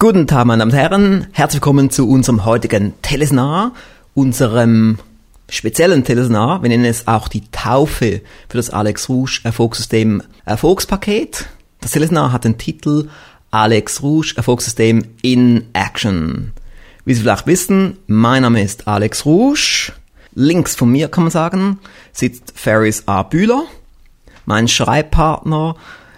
Guten Tag, meine Damen und Herren. Herzlich willkommen zu unserem heutigen Teleseminar, unserem speziellen Teleseminar. Wir nennen es auch die Taufe für das Alex Rouge Erfolgssystem Erfolgspaket. Das Teleseminar hat den Titel Alex Rouge Erfolgssystem in Action. Wie Sie vielleicht wissen, mein Name ist Alex Rouge. Links von mir, kann man sagen, sitzt Ferris A. Bühler, mein Schreibpartner,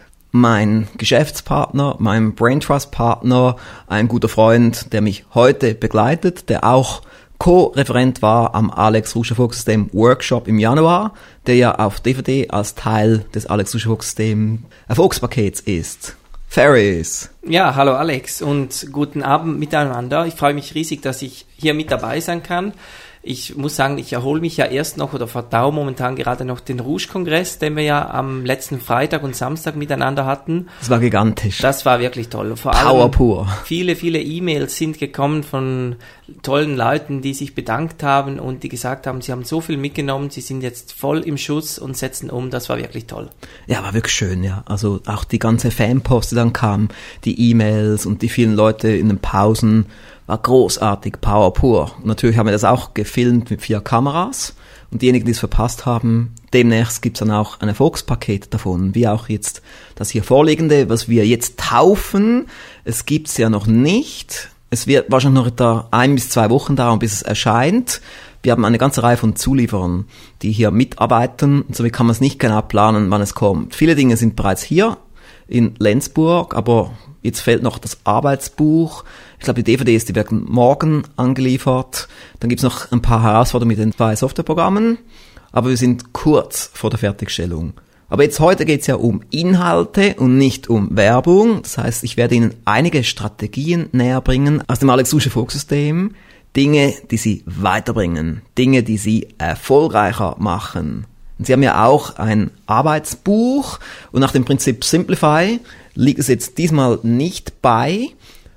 mein Geschäftspartner, mein Braintrust-Partner, ein guter Freund, der mich heute begleitet, der auch Co-Referent war am Alex Rouge Erfolgssystem Workshop im Januar, der ja auf DVD als Teil des Alex Rouge Erfolgssystem Erfolgspakets ist. Ferris. Ja, hallo Alex und guten Abend miteinander. Ich freue mich riesig, dass ich hier mit dabei sein kann. Ich muss sagen, ich erhole mich ja erst noch oder verdaue momentan gerade noch den Rouge-Kongress, den wir ja am letzten Freitag und Samstag miteinander hatten. Das war gigantisch. Das war wirklich toll. Vor Power allem pur. Viele E-Mails sind gekommen von tollen Leuten, die sich bedankt haben und die gesagt haben, sie haben so viel mitgenommen, sie sind jetzt voll im Schuss und setzen um. Das war wirklich toll. Ja, war wirklich schön, ja. Also auch die ganze Fanpost, die dann kam, die E-Mails und die vielen Leute in den Pausen, war großartig, Power pur. Und natürlich haben wir das auch gefilmt mit 4 Kameras. Und diejenigen, die es verpasst haben, demnächst gibt's dann auch ein Erfolgspaket davon, wie auch jetzt das hier vorliegende, was wir jetzt taufen. Es gibt's ja noch nicht. Es wird wahrscheinlich noch da 1 bis 2 Wochen dauern, bis es erscheint. Wir haben eine ganze Reihe von Zulieferern, die hier mitarbeiten. Und somit kann man es nicht genau planen, wann es kommt. Viele Dinge sind bereits hier in Lenzburg, aber jetzt fehlt noch das Arbeitsbuch. Ich glaube, die DVDs, die werden morgen angeliefert. Dann gibt's noch ein paar Herausforderungen mit den 2 Softwareprogrammen. Aber wir sind kurz vor der Fertigstellung. Aber jetzt heute geht's ja um Inhalte und nicht um Werbung. Das heißt, ich werde Ihnen einige Strategien näher bringen aus dem Alex Rouge Erfolgssystem. Dinge, die Sie weiterbringen. Dinge, die Sie erfolgreicher machen. Und Sie haben ja auch ein Arbeitsbuch. Und nach dem Prinzip Simplify liegt es jetzt diesmal nicht bei,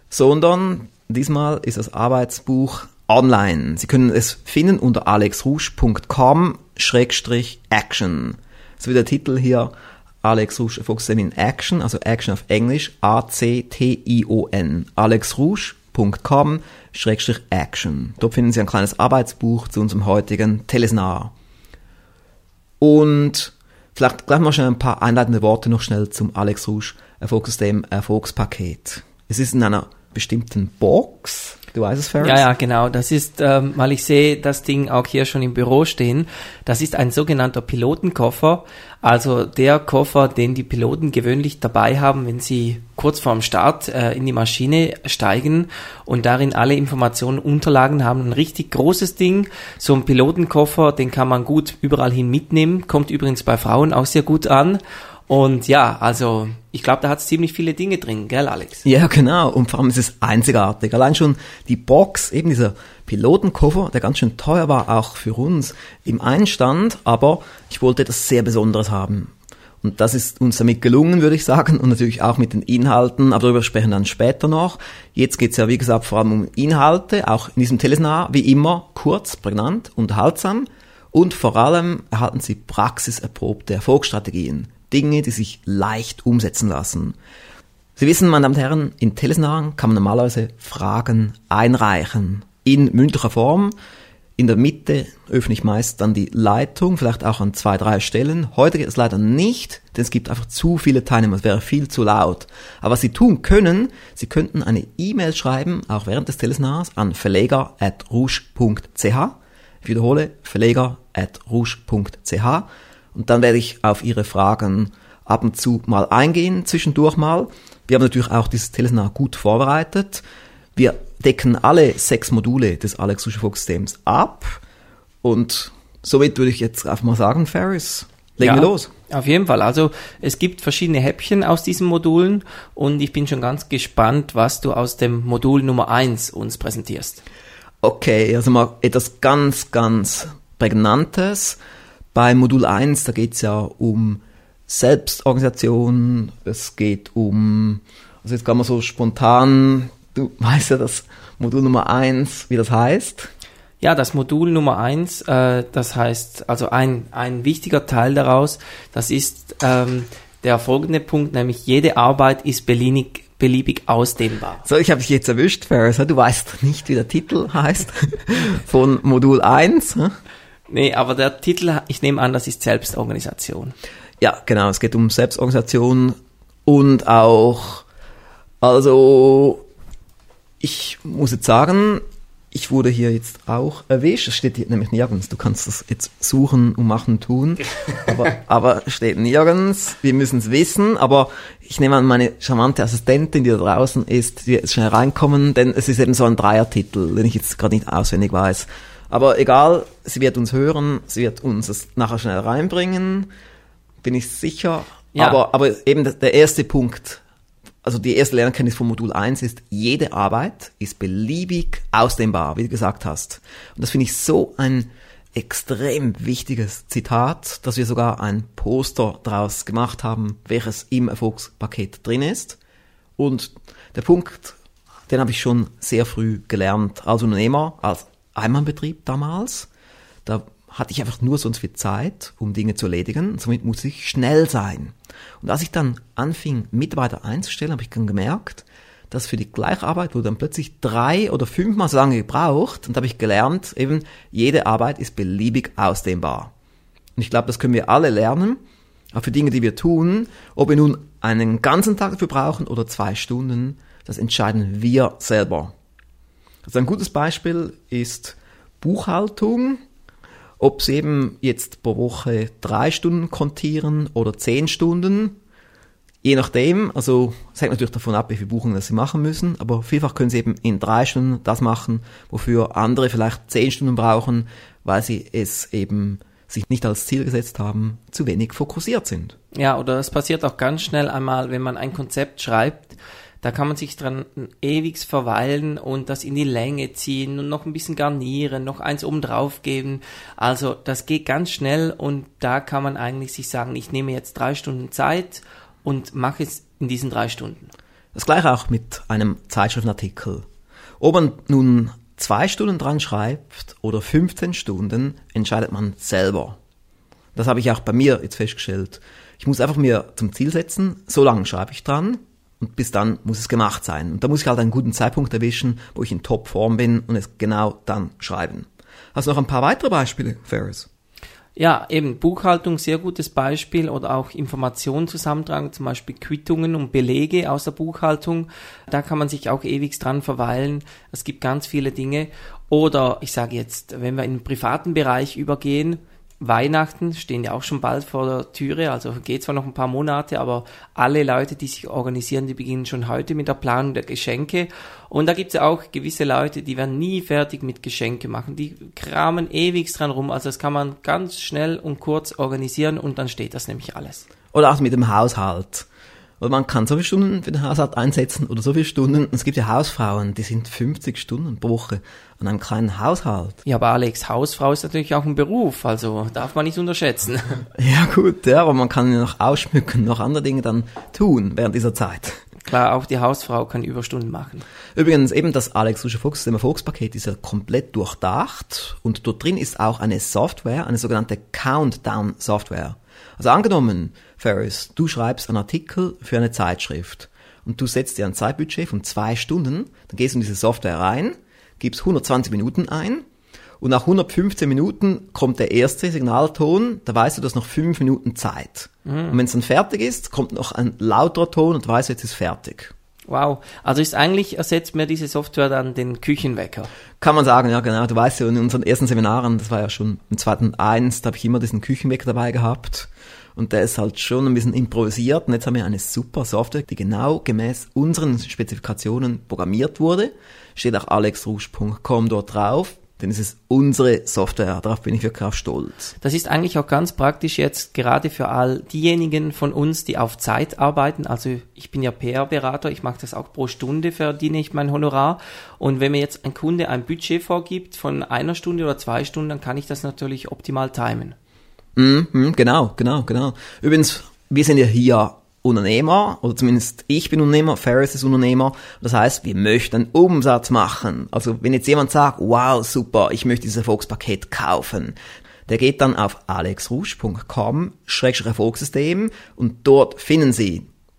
sondern diesmal ist das Arbeitsbuch online. Sie können es finden unter alexrouge.com/action. So wie der Titel hier, Alex Rouge Erfolgssystem in Action, also Action auf Englisch, A-C-T-I-O-N. alexrouge.com/action. Dort finden Sie ein kleines Arbeitsbuch zu unserem heutigen Teleseminar. Und vielleicht gleich mal schnell ein paar einleitende Worte noch schnell zum Alex Rouge Erfolgssystem Erfolgspaket. Es ist in einer bestimmten Box. Du weißt es, Ferris? Ja, genau. Das ist, weil ich sehe das Ding auch hier schon im Büro stehen. Das ist ein sogenannter Pilotenkoffer. Also der Koffer, den die Piloten gewöhnlich dabei haben, wenn sie kurz vorm Start in die Maschine steigen und darin alle Informationen, Unterlagen haben. Ein richtig großes Ding. So ein Pilotenkoffer, den kann man gut überall hin mitnehmen. Kommt übrigens bei Frauen auch sehr gut an. Und ja, also ich glaube, da hat es ziemlich viele Dinge drin, gell Alex? Ja, genau. Und vor allem ist es einzigartig. Allein schon die Box, eben dieser Pilotenkoffer, der ganz schön teuer war, auch für uns im Einstand. Aber ich wollte etwas sehr Besonderes haben. Und das ist uns damit gelungen, würde ich sagen. Und natürlich auch mit den Inhalten. Aber darüber sprechen wir dann später noch. Jetzt geht es ja, wie gesagt, vor allem um Inhalte. Auch in diesem Teleseminar, wie immer, kurz, prägnant, unterhaltsam. Und vor allem erhalten Sie praxiserprobte Erfolgsstrategien. Dinge, die sich leicht umsetzen lassen. Sie wissen, meine Damen und Herren, in Teleseminaren kann man normalerweise Fragen einreichen. In mündlicher Form. In der Mitte öffne ich meist dann die Leitung, vielleicht auch an 2, 3 Stellen. Heute geht es leider nicht, denn es gibt einfach zu viele Teilnehmer. Es wäre viel zu laut. Aber was Sie tun können, Sie könnten eine E-Mail schreiben, auch während des Teleseminars, an verleger@rouge.ch. Ich wiederhole, verleger@rouge.ch. Und dann werde ich auf Ihre Fragen ab und zu mal eingehen, zwischendurch mal. Wir haben natürlich auch dieses Teleseminar gut vorbereitet. Wir decken alle 6 Module des Alex Rouge Erfolgssystems ab. Und somit würde ich jetzt einfach mal sagen, Ferris, legen wir los. Auf jeden Fall. Also es gibt verschiedene Häppchen aus diesen Modulen und ich bin schon ganz gespannt, was du aus dem Modul Nummer 1 uns präsentierst. Okay, also mal etwas ganz, ganz Prägnantes. Bei Modul 1, da geht es ja um Selbstorganisation, es geht um, also jetzt kann man so spontan, du weißt ja das Modul Nummer 1, wie das heißt? Ja, das Modul Nummer 1, das heißt, also ein wichtiger Teil daraus, das ist der folgende Punkt, nämlich jede Arbeit ist beliebig beliebig ausdehnbar. So, ich habe dich jetzt erwischt, Ferris. Du weißt nicht, wie der Titel heißt von Modul 1. Nee, aber der Titel, ich nehme an, das ist Selbstorganisation. Ja, genau. Es geht um Selbstorganisation und auch, also ich muss jetzt sagen, ich wurde hier jetzt auch erwischt. Es steht hier nämlich nirgends. Du kannst das jetzt suchen und machen, tun. Aber steht nirgends. Wir müssen es wissen. Aber ich nehme an, meine charmante Assistentin, die da draußen ist, die wird jetzt schnell reinkommen, denn es ist eben so ein Dreiertitel, den ich jetzt gerade nicht auswendig weiß. Aber egal, sie wird uns hören, sie wird uns das nachher schnell reinbringen, bin ich sicher. Ja. Aber eben der erste Punkt, also die erste Lernkenntnis von Modul 1 ist, jede Arbeit ist beliebig ausdehnbar, wie du gesagt hast. Und das finde ich so ein extrem wichtiges Zitat, dass wir sogar ein Poster daraus gemacht haben, welches im Erfolgspaket drin ist. Und der Punkt, den habe ich schon sehr früh gelernt als Unternehmer, als Einmannbetrieb damals. Da hatte ich einfach nur sonst viel Zeit, um Dinge zu erledigen. Und somit muss ich schnell sein. Und als ich dann anfing, Mitarbeiter einzustellen, habe ich dann gemerkt, dass für die gleiche Arbeit wurde dann plötzlich 3 oder 5 Mal so lange gebraucht. Und da habe ich gelernt, eben, jede Arbeit ist beliebig ausdehnbar. Und ich glaube, das können wir alle lernen. Auch für Dinge, die wir tun, ob wir nun einen ganzen Tag dafür brauchen oder 2 Stunden, das entscheiden wir selber. Also ein gutes Beispiel ist Buchhaltung. Ob Sie eben jetzt pro Woche 3 Stunden kontieren oder 10 Stunden, je nachdem, also es hängt natürlich davon ab, wie viele Buchungen Sie machen müssen, aber vielfach können Sie eben in 3 Stunden das machen, wofür andere vielleicht 10 Stunden brauchen, weil sie es eben sich nicht als Ziel gesetzt haben, zu wenig fokussiert sind. Ja, oder es passiert auch ganz schnell einmal, wenn man ein Konzept schreibt, da kann man sich dran ewig verweilen und das in die Länge ziehen und noch ein bisschen garnieren, noch eins oben drauf geben. Also das geht ganz schnell und da kann man eigentlich sich sagen, ich nehme jetzt 3 Stunden Zeit und mache es in diesen 3 Stunden. Das gleiche auch mit einem Zeitschriftenartikel. Ob man nun 2 Stunden dran schreibt oder 15 Stunden, entscheidet man selber. Das habe ich auch bei mir jetzt festgestellt. Ich muss einfach mir zum Ziel setzen, so lange schreibe ich dran. Und bis dann muss es gemacht sein. Und da muss ich halt einen guten Zeitpunkt erwischen, wo ich in Topform bin und es genau dann schreiben. Hast du noch ein paar weitere Beispiele, Ferris? Ja, eben Buchhaltung, sehr gutes Beispiel oder auch Informationen zusammentragen, zum Beispiel Quittungen und Belege aus der Buchhaltung. Da kann man sich auch ewig dran verweilen. Es gibt ganz viele Dinge. Oder ich sage jetzt, wenn wir in den privaten Bereich übergehen, Weihnachten stehen ja auch schon bald vor der Türe, also geht zwar noch ein paar Monate, aber alle Leute, die sich organisieren, die beginnen schon heute mit der Planung der Geschenke. Und da gibt es ja auch gewisse Leute, die werden nie fertig mit Geschenke machen, die kramen ewig dran rum, also das kann man ganz schnell und kurz organisieren und dann steht das nämlich alles. Oder auch mit dem Haushalt. Oder man kann so viele Stunden für den Haushalt einsetzen oder so viele Stunden. Es gibt ja Hausfrauen, die sind 50 Stunden pro Woche an einem kleinen Haushalt. Ja, aber Alex, Hausfrau ist natürlich auch ein Beruf, also darf man nicht unterschätzen. Ja gut, ja, aber man kann ja noch ausschmücken, noch andere Dinge dann tun während dieser Zeit. Klar, auch die Hausfrau kann Überstunden machen. Übrigens eben das Alex Ruscher Volkssystem Erfolgspaket ist ja komplett durchdacht und dort drin ist auch eine Software, eine sogenannte Countdown-Software. Also angenommen, Ferris, du schreibst einen Artikel für eine Zeitschrift und du setzt dir ein Zeitbudget von 2 Stunden, dann gehst du in diese Software rein, gibst 120 Minuten ein und nach 115 Minuten kommt der erste Signalton, da weißt du, du hast noch 5 Minuten Zeit. Und wenn es dann fertig ist, kommt noch ein lauterer Ton und du weißt, jetzt ist fertig. Wow, also ist eigentlich, ersetzt mir diese Software dann den Küchenwecker? Kann man sagen, ja genau. Du weißt ja, in unseren ersten Seminaren, das war ja schon im 2.1, da habe ich immer diesen Küchenwecker dabei gehabt. Und der ist halt schon ein bisschen improvisiert. Und jetzt haben wir eine super Software, die genau gemäß unseren Spezifikationen programmiert wurde. Steht auch alexrusch.com dort drauf. Denn es ist unsere Software, darauf bin ich wirklich auch stolz. Das ist eigentlich auch ganz praktisch jetzt gerade für all diejenigen von uns, die auf Zeit arbeiten. Also ich bin ja PR-Berater, ich mache das auch pro Stunde, verdiene ich mein Honorar. Und wenn mir jetzt ein Kunde ein Budget vorgibt von 1 Stunde oder 2 Stunden, dann kann ich das natürlich optimal timen. Genau. Übrigens, wir sind ja hier Unternehmer, oder zumindest ich bin Unternehmer, Ferris ist Unternehmer. Das heißt, wir möchten Umsatz machen. Also wenn jetzt jemand sagt, wow, super, ich möchte dieses Erfolgspaket kaufen, der geht dann auf alexrusch.com/Erfolgssystem und dort finden Sie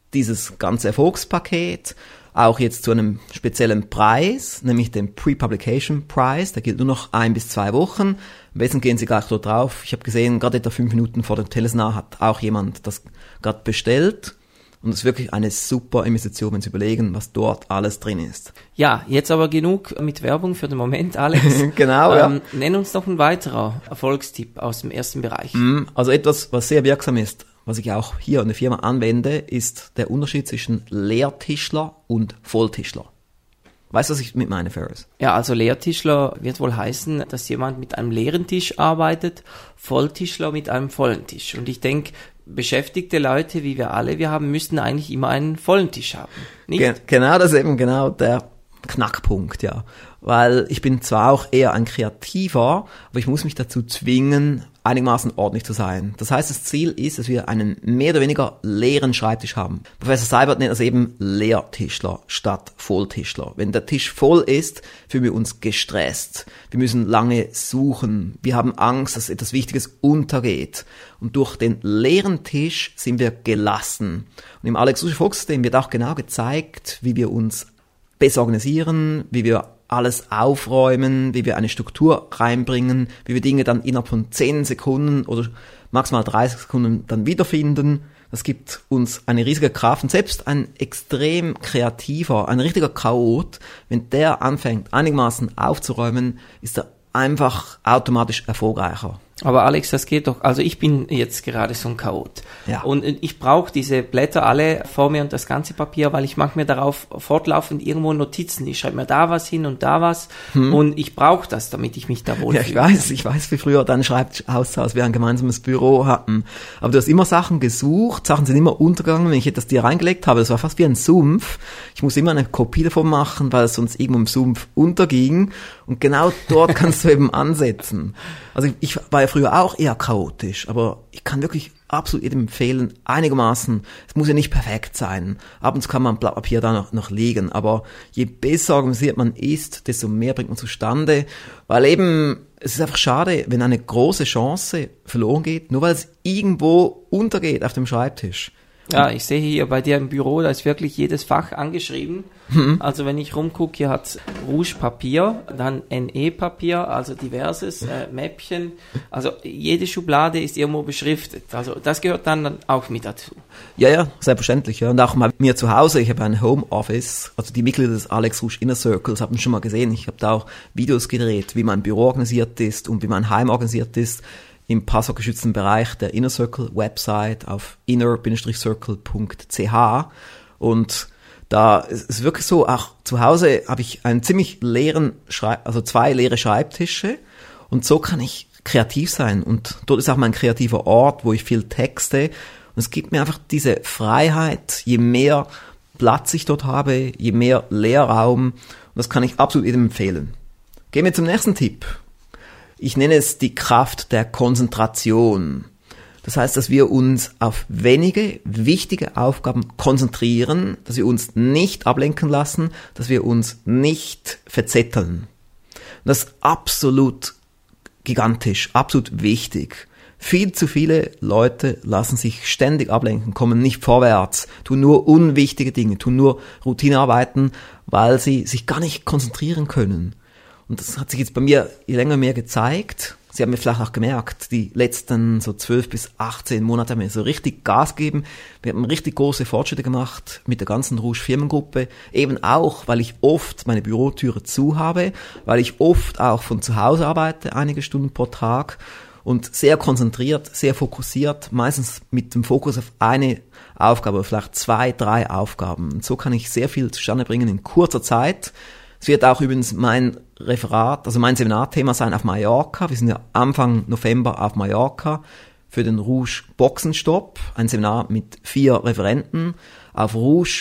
dieses ganze Erfolgspaket auch jetzt zu einem speziellen Preis, nämlich dem Pre-Publication Prize. Der gilt nur noch 1 bis 2 Wochen. Am besten gehen Sie gleich dort drauf. Ich habe gesehen, gerade etwa 5 Minuten vor dem Teleseminar hat auch jemand das gerade bestellt. Und es ist wirklich eine super Investition, wenn Sie überlegen, was dort alles drin ist. Ja, jetzt aber genug mit Werbung für den Moment, Alex. Genau, ja. Nenn uns noch ein weiterer Erfolgstipp aus dem ersten Bereich. Also etwas, was sehr wirksam ist, was ich auch hier in der Firma anwende, ist der Unterschied zwischen Leertischler und Volltischler. Weißt du, was ich mit meine, Ferris? Ja, also Leertischler wird wohl heißen, dass jemand mit einem leeren Tisch arbeitet, Volltischler mit einem vollen Tisch. Und ich denke, beschäftigte Leute, wie wir alle, müssten eigentlich immer einen vollen Tisch haben, nicht? Genau, das ist eben genau der Knackpunkt, ja. Weil ich bin zwar auch eher ein Kreativer, aber ich muss mich dazu zwingen, einigermaßen ordentlich zu sein. Das heißt, das Ziel ist, dass wir einen mehr oder weniger leeren Schreibtisch haben. Professor Seibert nennt das eben Leertischler statt Volltischler. Wenn der Tisch voll ist, fühlen wir uns gestresst. Wir müssen lange suchen. Wir haben Angst, dass etwas Wichtiges untergeht. Und durch den leeren Tisch sind wir gelassen. Und im Alex-Rusch-Erfolgssystem wird auch genau gezeigt, wie wir uns besser organisieren, wie wir alles aufräumen, wie wir eine Struktur reinbringen, wie wir Dinge dann innerhalb von 10 Sekunden oder maximal 30 Sekunden dann wiederfinden. Das gibt uns eine riesige Kraft. Und selbst ein extrem kreativer, ein richtiger Chaot, wenn der anfängt, einigermaßen aufzuräumen, ist er einfach automatisch erfolgreicher. Aber Alex, das geht doch, also ich bin jetzt gerade so ein Chaot. Ja. Und ich brauche diese Blätter alle vor mir und das ganze Papier, weil ich mache mir darauf fortlaufend irgendwo Notizen. Ich schreibe mir da was hin und da was und ich brauche das, damit ich mich da wohlfühle. Ja, ich weiß, wie früher dein Schreibtisch aussah, als wir ein gemeinsames Büro hatten. Aber du hast immer Sachen gesucht, Sachen sind immer untergegangen, wenn ich etwas dir reingelegt habe. Das war fast wie ein Sumpf. Ich muss immer eine Kopie davon machen, weil es sonst irgendwo im Sumpf unterging. Und genau dort kannst du eben ansetzen. Also ich war ja früher auch eher chaotisch, aber ich kann wirklich absolut jedem empfehlen, einigermaßen, es muss ja nicht perfekt sein. Ab und zu kann man ein Blatt Papier da noch liegen, aber je besser organisiert man ist, desto mehr bringt man zustande, weil eben, es ist einfach schade, wenn eine große Chance verloren geht, nur weil es irgendwo untergeht auf dem Schreibtisch. Ja, ich sehe hier bei dir im Büro, da ist wirklich jedes Fach angeschrieben. Also wenn ich rumgucke, hier hat's Rouge-Papier, dann NE-Papier, also diverses, Mäppchen. Also jede Schublade ist irgendwo beschriftet. Also das gehört dann auch mit dazu. Ja, selbstverständlich. Ja. Und auch bei mir zu Hause, ich habe ein Homeoffice, also die Mitglieder des Alex Rusch Inner Circles haben schon mal gesehen. Ich habe da auch Videos gedreht, wie mein Büro organisiert ist und wie mein Heim organisiert ist. Im passwortgeschützten Bereich der Inner Circle Website auf inner-circle.ch und da ist es wirklich so, auch zu Hause habe ich einen ziemlich leeren, also 2 leere Schreibtische und so kann ich kreativ sein und dort ist auch mein kreativer Ort, wo ich viel texte und es gibt mir einfach diese Freiheit, je mehr Platz ich dort habe, je mehr Leerraum und das kann ich absolut jedem empfehlen. Gehen wir zum nächsten Tipp. Ich nenne es die Kraft der Konzentration. Das heißt, dass wir uns auf wenige wichtige Aufgaben konzentrieren, dass wir uns nicht ablenken lassen, dass wir uns nicht verzetteln. Und das ist absolut gigantisch, absolut wichtig. Viel zu viele Leute lassen sich ständig ablenken, kommen nicht vorwärts, tun nur unwichtige Dinge, tun nur Routinearbeiten, weil sie sich gar nicht konzentrieren können. Und das hat sich jetzt bei mir je länger mehr gezeigt. Sie haben mir vielleicht auch gemerkt, die letzten so 12 bis 18 Monate haben wir so richtig Gas gegeben. Wir haben richtig große Fortschritte gemacht mit der ganzen Rouge Firmengruppe. Eben auch, weil ich oft meine Bürotüre zu habe, weil ich oft auch von zu Hause arbeite, einige Stunden pro Tag und sehr konzentriert, sehr fokussiert, meistens mit dem Fokus auf eine Aufgabe, vielleicht 2, 3 Aufgaben. Und so kann ich sehr viel zustande bringen in kurzer Zeit. Es wird auch übrigens mein Referat, also mein Seminarthema sein auf Mallorca. Wir sind ja Anfang November auf Mallorca für den Rouge Boxenstopp. Ein Seminar mit 4 Referenten. Auf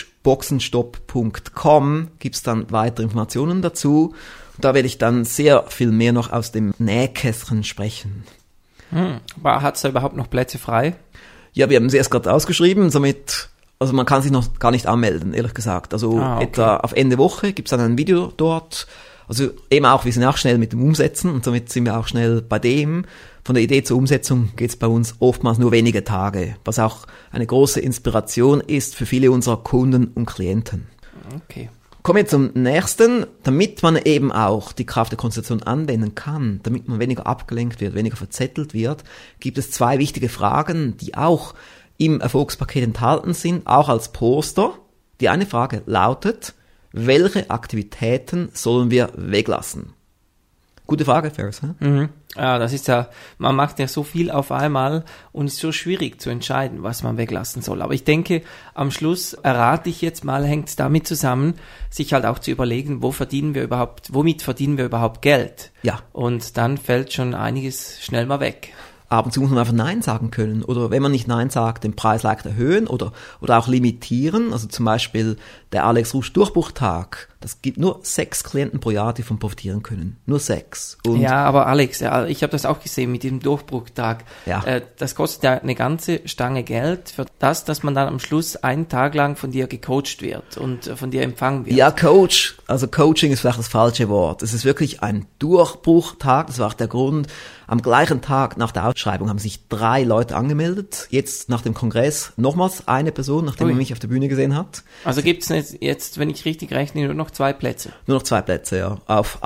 rougeboxenstopp.com gibt's dann weitere Informationen dazu. Und da werde ich dann sehr viel mehr noch aus dem Nähkästchen sprechen. Aber hat's da überhaupt noch Plätze frei? Ja, wir haben sie erst gerade ausgeschrieben, somit... Also man kann sich noch gar nicht anmelden, ehrlich gesagt. Also okay. Etwa auf Ende Woche gibt's dann ein Video dort. Also eben auch, wir sind auch schnell mit dem Umsetzen und somit sind wir auch schnell bei dem. Von der Idee zur Umsetzung geht es bei uns oftmals nur wenige Tage, was auch eine große Inspiration ist für viele unserer Kunden und Klienten. Okay. Kommen wir zum nächsten. Damit man eben auch die Kraft der Konzentration anwenden kann, damit man weniger abgelenkt wird, weniger verzettelt wird, gibt es 2 wichtige Fragen, die auch im Erfolgspaket enthalten sind, auch als Poster. Die eine Frage lautet: Welche Aktivitäten sollen wir weglassen? Gute Frage, Ferris. Ja, das ist ja, man macht ja so viel auf einmal und es ist so schwierig zu entscheiden, was man weglassen soll. Aber ich denke, am Schluss errate ich jetzt mal, hängt es damit zusammen, sich halt auch zu überlegen, womit verdienen wir überhaupt Geld? Ja. Und dann fällt schon einiges schnell mal weg. Ab und zu muss man einfach Nein sagen können. Oder wenn man nicht Nein sagt, den Preis leicht erhöhen oder auch limitieren. Also zum Beispiel der Alex Rouge Durchbruchtag. Das gibt nur 6 Klienten pro Jahr, die davon profitieren können. Nur 6. Und ja, aber Alex, ja, ich habe das auch gesehen mit dem Durchbruchtag. Ja. Das kostet ja eine ganze Stange Geld für das, dass man dann am Schluss einen Tag lang von dir gecoacht wird und von dir empfangen wird. Ja, Coaching ist vielleicht das falsche Wort. Es ist wirklich ein Durchbruchtag. Das war auch der Grund. Am gleichen Tag nach der Ausschreibung haben sich 3 Leute angemeldet. Jetzt nach dem Kongress nochmals eine Person, nachdem man mich auf der Bühne gesehen hat. Also gibt's jetzt, wenn ich richtig rechne, nur noch 2 Plätze? Nur noch 2 Plätze, ja. Auf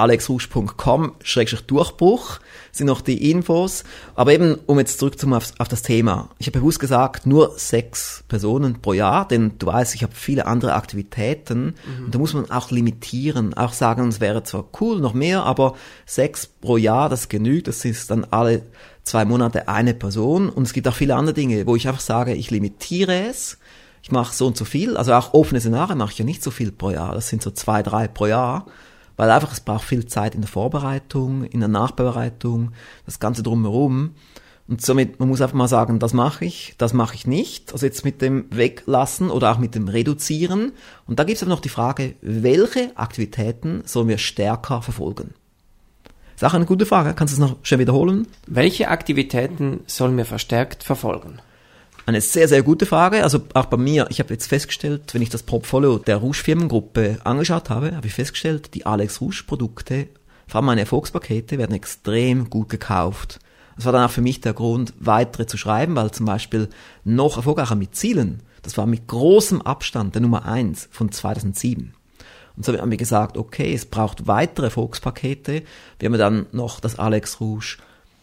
alexrouge.com/Durchbruch sind noch die Infos. Aber eben, um jetzt zurückzukommen auf das Thema. Ich habe bewusst gesagt, nur 6 Personen pro Jahr, denn du weißt, ich habe viele andere Aktivitäten. Und da muss man auch limitieren, auch sagen, es wäre zwar cool, noch mehr, aber 6 pro Jahr, das genügt, das ist dann alle 2 Monate eine Person. Und es gibt auch viele andere Dinge, wo ich einfach sage, ich limitiere es. Ich mache so und so viel, also auch offene Seminare mache ich ja nicht so viel pro Jahr, das sind so 2, 3 pro Jahr, weil einfach es braucht viel Zeit in der Vorbereitung, in der Nachbereitung, das Ganze drumherum. Und somit, man muss einfach mal sagen, das mache ich nicht. Also jetzt mit dem Weglassen oder auch mit dem Reduzieren. Und da gibt es aber noch die Frage, welche Aktivitäten sollen wir stärker verfolgen? Das ist auch eine gute Frage, kannst du es noch schön wiederholen? Welche Aktivitäten sollen wir verstärkt verfolgen? Eine sehr, sehr gute Frage. Also auch bei mir, ich habe jetzt festgestellt, wenn ich das Portfolio der Rouge-Firmengruppe angeschaut habe, habe ich festgestellt, die Alex Rouge-Produkte, vor allem meine Erfolgspakete, werden extrem gut gekauft. Das war dann auch für mich der Grund, weitere zu schreiben, weil zum Beispiel noch erfolgreicher mit Zielen, das war mit großem Abstand der Nummer 1 von 2007. Und so haben wir gesagt, okay, es braucht weitere Erfolgspakete. Wir haben dann noch das Alex Rouge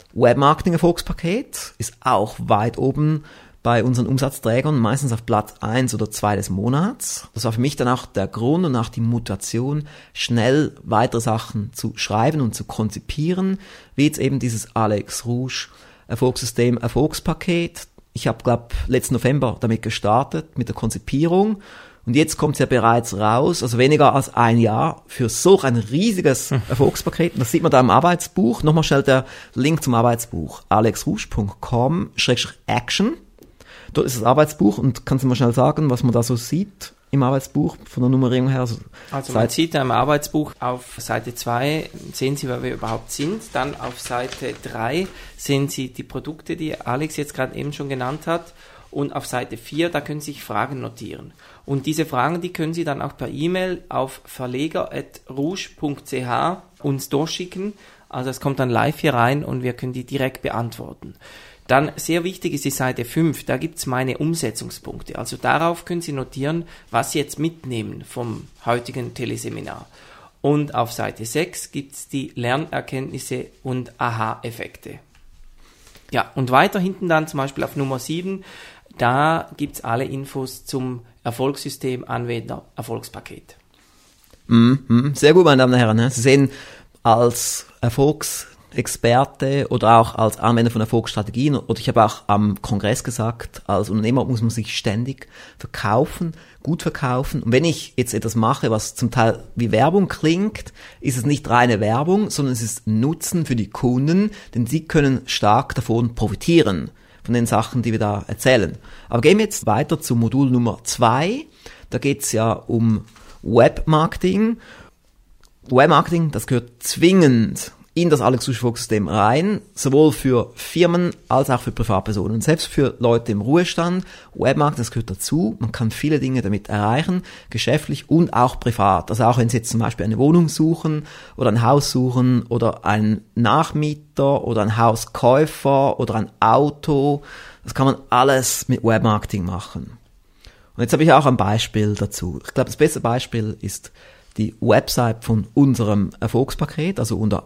Webmarketing-Erfolgspaket, ist auch weit oben bei unseren Umsatzträgern, meistens auf Platz 1 oder 2 des Monats. Das war für mich dann auch der Grund und auch die Motivation, schnell weitere Sachen zu schreiben und zu konzipieren, wie jetzt eben dieses Alex Rouge Erfolgssystem Erfolgspaket. Ich habe, letzten November damit gestartet, mit der Konzipierung. Und jetzt kommt es ja bereits raus, also weniger als ein Jahr, für so ein riesiges Erfolgspaket. Und das sieht man da im Arbeitsbuch. Nochmal schnell der Link zum Arbeitsbuch. alexrouge.com/action. Dort ist das Arbeitsbuch und kannst du mal schnell sagen, was man da so sieht im Arbeitsbuch von der Nummerierung her? Also man sieht da im Arbeitsbuch auf Seite 2, sehen Sie, wer wir überhaupt sind. Dann auf Seite 3 sehen Sie die Produkte, die Alex jetzt gerade eben schon genannt hat. Und auf Seite 4, da können Sie sich Fragen notieren. Und diese Fragen, die können Sie dann auch per E-Mail auf verleger@rouge.ch uns durchschicken. Also es kommt dann live hier rein und wir können die direkt beantworten. Dann sehr wichtig ist die Seite 5, da gibt's meine Umsetzungspunkte. Also darauf können Sie notieren, was Sie jetzt mitnehmen vom heutigen Teleseminar. Und auf Seite 6 gibt's die Lernerkenntnisse und Aha-Effekte. Ja, und weiter hinten dann zum Beispiel auf Nummer 7, da gibt's alle Infos zum Erfolgssystem Anwender Erfolgspaket. Sehr gut, meine Damen und Herren. Sie sehen, als Erfolgsexperte oder auch als Anwender von Erfolgsstrategien, oder ich habe auch am Kongress gesagt, als Unternehmer muss man sich ständig verkaufen, gut verkaufen. Und wenn ich jetzt etwas mache, was zum Teil wie Werbung klingt, ist es nicht reine Werbung, sondern es ist Nutzen für die Kunden, denn sie können stark davon profitieren, von den Sachen, die wir da erzählen. Aber gehen wir jetzt weiter zu Modul Nummer 2. Da geht es ja um Webmarketing. Webmarketing, das gehört zwingend in das Alex Rusch Erfolgssystem rein, sowohl für Firmen als auch für Privatpersonen. Selbst für Leute im Ruhestand, Webmarketing, das gehört dazu. Man kann viele Dinge damit erreichen, geschäftlich und auch privat. Also auch wenn Sie jetzt zum Beispiel eine Wohnung suchen oder ein Haus suchen oder einen Nachmieter oder einen Hauskäufer oder ein Auto, das kann man alles mit Webmarketing machen. Und jetzt habe ich auch ein Beispiel dazu. Ich glaube, das beste Beispiel ist die Website von unserem Erfolgspaket, also unter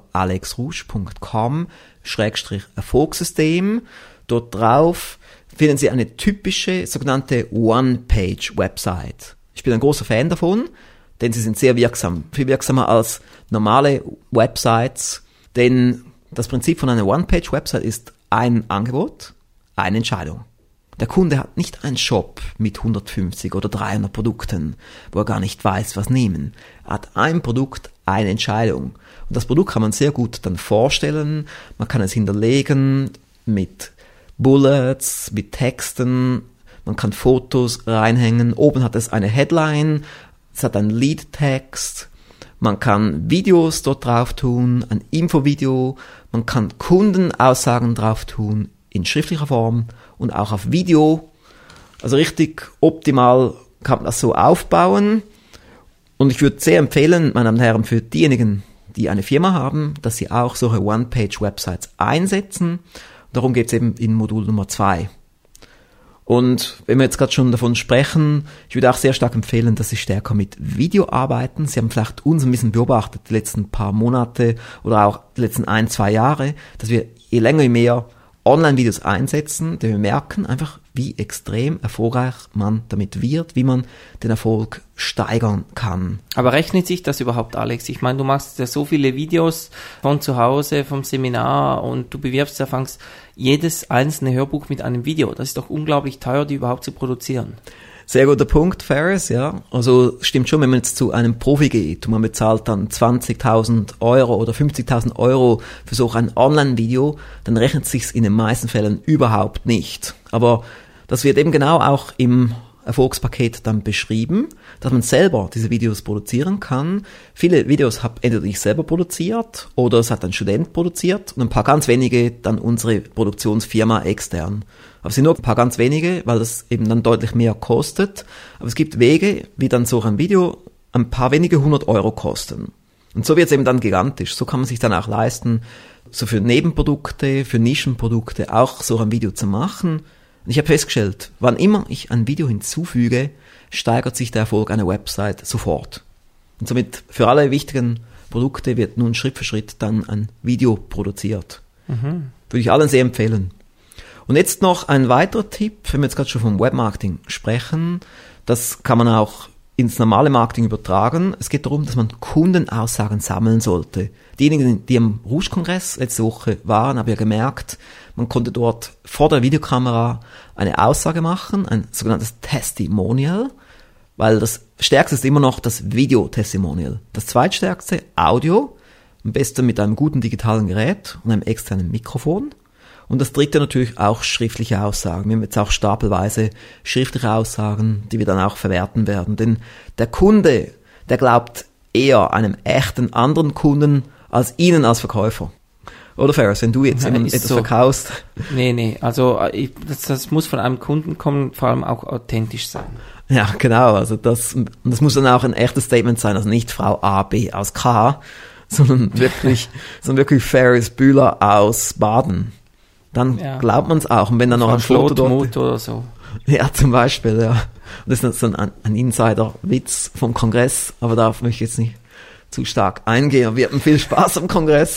alexrusch.com/Erfolgssystem. Dort drauf finden Sie eine typische sogenannte One-Page-Website. Ich bin ein großer Fan davon, denn sie sind sehr wirksam. Viel wirksamer als normale Websites, denn das Prinzip von einer One-Page-Website ist ein Angebot, eine Entscheidung. Der Kunde hat nicht einen Shop mit 150 oder 300 Produkten, wo er gar nicht weiß, was nehmen. Er hat ein Produkt, eine Entscheidung. Und das Produkt kann man sehr gut dann vorstellen. Man kann es hinterlegen mit Bullets, mit Texten. Man kann Fotos reinhängen. Oben hat es eine Headline. Es hat einen Lead-Text. Man kann Videos dort drauf tun, ein Infovideo. Man kann Kundenaussagen drauf tun in schriftlicher Form und auch auf Video. Also richtig optimal kann man das so aufbauen. Und ich würde sehr empfehlen, meine Damen und Herren, für diejenigen, die eine Firma haben, dass sie auch solche One-Page-Websites einsetzen. Darum geht es eben in Modul Nummer 2. Und wenn wir jetzt gerade schon davon sprechen, ich würde auch sehr stark empfehlen, dass Sie stärker mit Video arbeiten. Sie haben vielleicht uns ein bisschen beobachtet, die letzten paar Monate oder auch die letzten 1-2 Jahre, dass wir je länger je mehr Online-Videos einsetzen, denn wir merken einfach, wie extrem erfolgreich man damit wird, wie man den Erfolg steigern kann. Aber rechnet sich das überhaupt, Alex? Ich meine, du machst ja so viele Videos von zu Hause, vom Seminar und du bewirbst ja fast jedes einzelne Hörbuch mit einem Video. Das ist doch unglaublich teuer, die überhaupt zu produzieren. Sehr guter Punkt, Ferris, ja. Also stimmt schon, wenn man jetzt zu einem Profi geht und man bezahlt dann 20.000 Euro oder 50.000 Euro für so ein Online-Video, dann rechnet es sich in den meisten Fällen überhaupt nicht. Aber das wird eben genau auch im Erfolgspaket dann beschrieben, dass man selber diese Videos produzieren kann. Viele Videos habe entweder ich selber produziert oder es hat ein Student produziert und ein paar ganz wenige dann unsere Produktionsfirma extern. Aber es sind nur ein paar ganz wenige, weil das eben dann deutlich mehr kostet. Aber es gibt Wege, wie dann so ein Video ein paar wenige 100 Euro kosten. Und so wird es eben dann gigantisch. So kann man sich dann auch leisten, so für Nebenprodukte, für Nischenprodukte auch so ein Video zu machen. Und ich habe festgestellt, wann immer ich ein Video hinzufüge, steigert sich der Erfolg einer Website sofort. Und somit für alle wichtigen Produkte wird nun Schritt für Schritt dann ein Video produziert. Würde ich allen sehr empfehlen. Und jetzt noch ein weiterer Tipp, wenn wir jetzt gerade schon vom Webmarketing sprechen, das kann man auch ins normale Marketing übertragen. Es geht darum, dass man Kundenaussagen sammeln sollte. Diejenigen, die am Rouge-Kongress letzte Woche waren, haben ja gemerkt, man konnte dort vor der Videokamera eine Aussage machen, ein sogenanntes Testimonial, weil das Stärkste ist immer noch das Video-Testimonial. Das zweitstärkste Audio, am besten mit einem guten digitalen Gerät und einem externen Mikrofon. Und das dritte natürlich auch schriftliche Aussagen. Wir haben jetzt auch stapelweise schriftliche Aussagen, die wir dann auch verwerten werden. Denn der Kunde, der glaubt eher einem echten anderen Kunden als Ihnen als Verkäufer. Oder Ferris, wenn du jetzt etwas so verkaufst? Nee, also das muss von einem Kunden kommen, vor allem auch authentisch sein. Ja, genau, also das muss dann auch ein echtes Statement sein, also nicht Frau A, B aus K, sondern wirklich Ferris Bühler aus Baden. Dann glaubt man es auch. Und wenn dann noch ein Foto dort... oder so. Ja, zum Beispiel, ja. Das ist so ein Insider-Witz vom Kongress, aber darauf möchte ich jetzt nicht zu stark eingehen. Wir hatten viel Spaß am Kongress.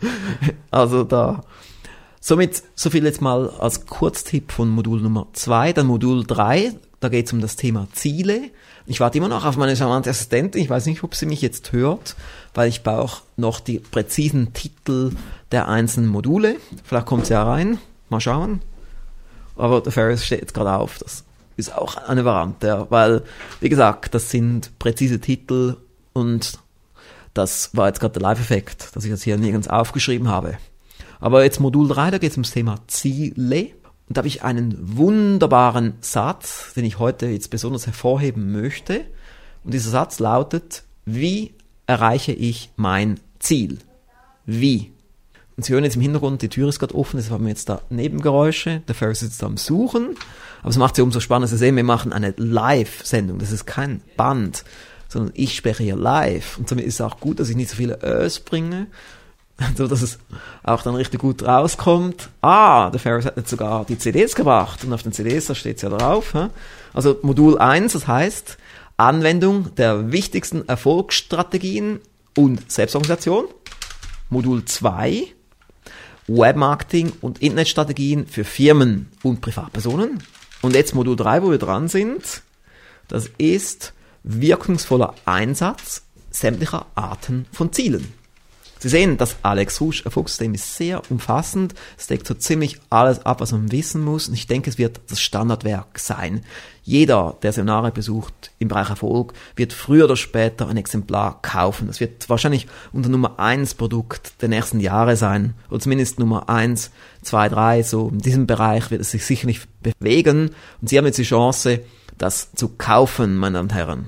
Also da... Somit so viel jetzt mal als Kurztipp von Modul Nummer 2. Dann Modul 3, da geht es um das Thema Ziele. Ich warte immer noch auf meine charmante Assistentin. Ich weiß nicht, ob sie mich jetzt hört, weil ich brauche noch die präzisen Titel der einzelnen Module. Vielleicht kommt sie ja rein. Mal schauen. Aber der Ferris steht jetzt gerade auf. Das ist auch eine Variante, weil, wie gesagt, das sind präzise Titel und das war jetzt gerade der Live-Effekt, dass ich das hier nirgends aufgeschrieben habe. Aber jetzt Modul 3, da geht es ums Thema Ziele. Und da habe ich einen wunderbaren Satz, den ich heute jetzt besonders hervorheben möchte. Und dieser Satz lautet: Wie erreiche ich mein Ziel? Wie Und Sie hören jetzt im Hintergrund, die Tür ist gerade offen, deshalb haben wir jetzt da Nebengeräusche. Der Ferris ist da am Suchen. Aber es macht es ja umso spannender zu sehen, wir machen eine Live-Sendung. Das ist kein Band, sondern ich spreche hier live. Und somit ist es auch gut, dass ich nicht so viele Ös bringe, so dass es auch dann richtig gut rauskommt. Der Ferris hat jetzt sogar die CDs gebracht. Und auf den CDs, da steht es ja drauf. Also Modul 1, das heißt Anwendung der wichtigsten Erfolgsstrategien und Selbstorganisation. Modul 2, Webmarketing und Internetstrategien für Firmen und Privatpersonen. Und jetzt Modul 3, wo wir dran sind, das ist wirkungsvoller Einsatz sämtlicher Arten von Zielen. Sie sehen, das Alex Rouge Erfolgssystem ist sehr umfassend. Es deckt so ziemlich alles ab, was man wissen muss. Und ich denke, es wird das Standardwerk sein. Jeder, der Seminare besucht im Bereich Erfolg, wird früher oder später ein Exemplar kaufen. Das wird wahrscheinlich unser Nummer 1 Produkt der nächsten Jahre sein. Oder zumindest Nummer 1, 2, 3. So in diesem Bereich wird es sich sicherlich bewegen. Und Sie haben jetzt die Chance, das zu kaufen, meine Damen und Herren.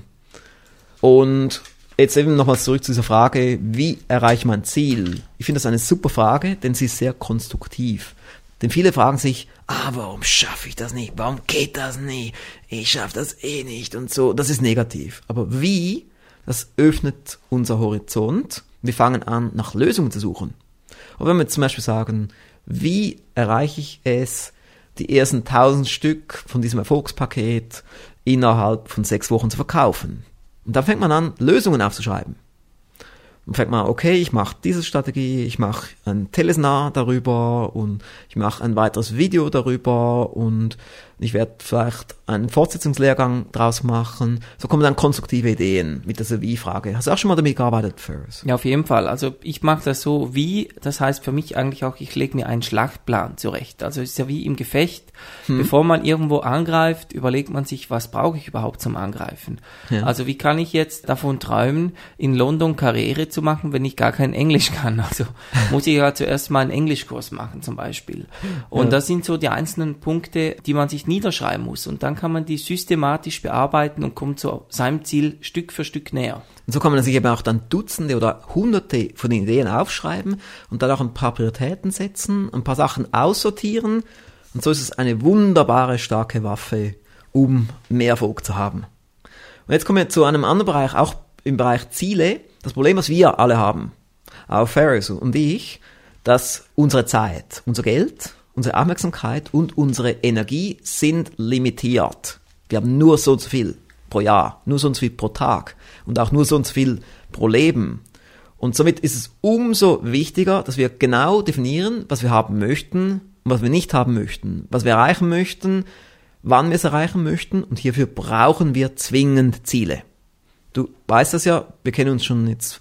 Und jetzt eben nochmals zurück zu dieser Frage, wie erreiche ich mein Ziel? Ich finde das eine super Frage, denn sie ist sehr konstruktiv. Denn viele fragen sich, warum schaffe ich das nicht? Warum geht das nicht? Ich schaffe das eh nicht und so. Das ist negativ. Aber wie? Das öffnet unser Horizont. Wir fangen an, nach Lösungen zu suchen. Und wenn wir zum Beispiel sagen, wie erreiche ich es, die ersten 1000 Stück von diesem Erfolgspaket innerhalb von 6 Wochen zu verkaufen? Und dann fängt man an, Lösungen aufzuschreiben. Dann fängt man, okay, ich mache diese Strategie, ich mache ein Teleseminar darüber und ich mache ein weiteres Video darüber und ich werde vielleicht einen Fortsetzungslehrgang draus machen. So kommen dann konstruktive Ideen mit dieser Wie-Frage. Hast du auch schon mal damit gearbeitet, Ferris? Ja, auf jeden Fall. Also ich mache das so wie, das heißt für mich eigentlich auch, ich lege mir einen Schlachtplan zurecht. Also es ist ja wie im Gefecht. Bevor man irgendwo angreift, überlegt man sich, was brauche ich überhaupt zum Angreifen? Ja. Also wie kann ich jetzt davon träumen, in London Karriere zu machen, wenn ich gar kein Englisch kann? Also muss ich ja zuerst mal einen Englischkurs machen zum Beispiel. Und das sind so die einzelnen Punkte, die man sich niederschreiben muss. Und dann kann man die systematisch bearbeiten und kommt zu seinem Ziel Stück für Stück näher. Und so kann man sich eben auch dann Dutzende oder Hunderte von den Ideen aufschreiben und dann auch ein paar Prioritäten setzen, ein paar Sachen aussortieren. Und so ist es eine wunderbare, starke Waffe, um mehr Erfolg zu haben. Und jetzt kommen wir zu einem anderen Bereich, auch im Bereich Ziele. Das Problem, was wir alle haben, auch Ferris und ich, dass unsere Zeit, unser Geld, unsere Aufmerksamkeit und unsere Energie sind limitiert. Wir haben nur so und so viel pro Jahr, nur so und so viel pro Tag und auch nur so und so viel pro Leben. Und somit ist es umso wichtiger, dass wir genau definieren, was wir haben möchten und was wir nicht haben möchten, was wir erreichen möchten, wann wir es erreichen möchten und hierfür brauchen wir zwingend Ziele. Du weißt das ja, wir kennen uns schon jetzt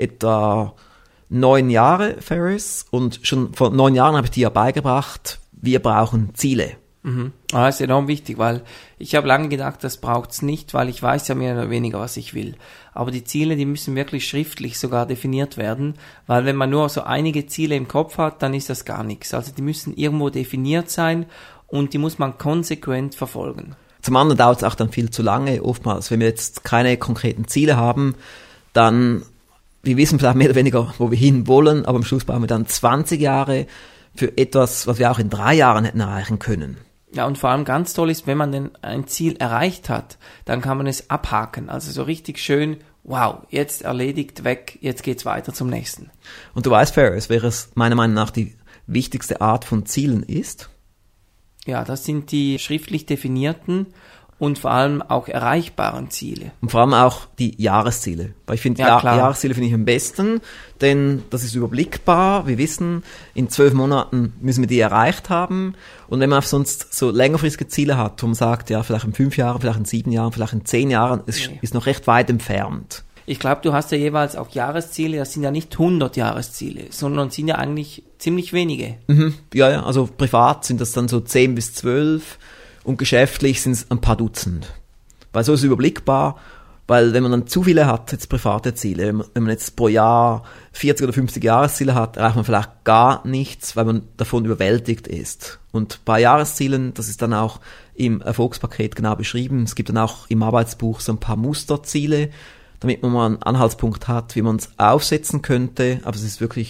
etwa 9 Jahre, Ferris, und schon vor 9 Jahren habe ich dir ja beigebracht, wir brauchen Ziele. Das ist enorm wichtig, weil ich habe lange gedacht, das braucht's nicht, weil ich weiß ja mehr oder weniger, was ich will. Aber die Ziele, die müssen wirklich schriftlich sogar definiert werden, weil wenn man nur so einige Ziele im Kopf hat, dann ist das gar nichts. Also die müssen irgendwo definiert sein und die muss man konsequent verfolgen. Zum anderen dauert es auch dann viel zu lange, oftmals. Wenn wir jetzt keine konkreten Ziele haben, dann, wir wissen vielleicht mehr oder weniger, wo wir hin wollen, aber am Schluss brauchen wir dann 20 Jahre für etwas, was wir auch in 3 Jahren hätten erreichen können. Ja, und vor allem ganz toll ist, wenn man denn ein Ziel erreicht hat, dann kann man es abhaken. Also so richtig schön, wow, jetzt erledigt, weg, jetzt geht's weiter zum nächsten. Und du weißt, Ferris, wäre es meiner Meinung nach die wichtigste Art von Zielen ist? Ja, das sind die schriftlich definierten und vor allem auch erreichbaren Ziele. Und vor allem auch die Jahresziele. Weil ich finde, Jahresziele finde ich am besten, denn das ist überblickbar. Wir wissen, in 12 Monaten müssen wir die erreicht haben. Und wenn man sonst so längerfristige Ziele hat, wo man sagt, ja, vielleicht in 5 Jahren, vielleicht in 7 Jahren, vielleicht in 10 Jahren, ist noch recht weit entfernt. Ich glaube, du hast ja jeweils auch Jahresziele, das sind ja nicht 100 Jahresziele, sondern sind ja eigentlich ziemlich wenige. Ja, also privat sind das dann so 10 bis 12 und geschäftlich sind es ein paar Dutzend. Weil so ist es überblickbar, weil wenn man dann zu viele hat, jetzt private Ziele, wenn man jetzt pro Jahr 40 oder 50 Jahresziele hat, erreicht man vielleicht gar nichts, weil man davon überwältigt ist. Und bei Jahreszielen, das ist dann auch im Erfolgspaket genau beschrieben, es gibt dann auch im Arbeitsbuch so ein paar Musterziele, damit man mal einen Anhaltspunkt hat, wie man es aufsetzen könnte, aber es ist wirklich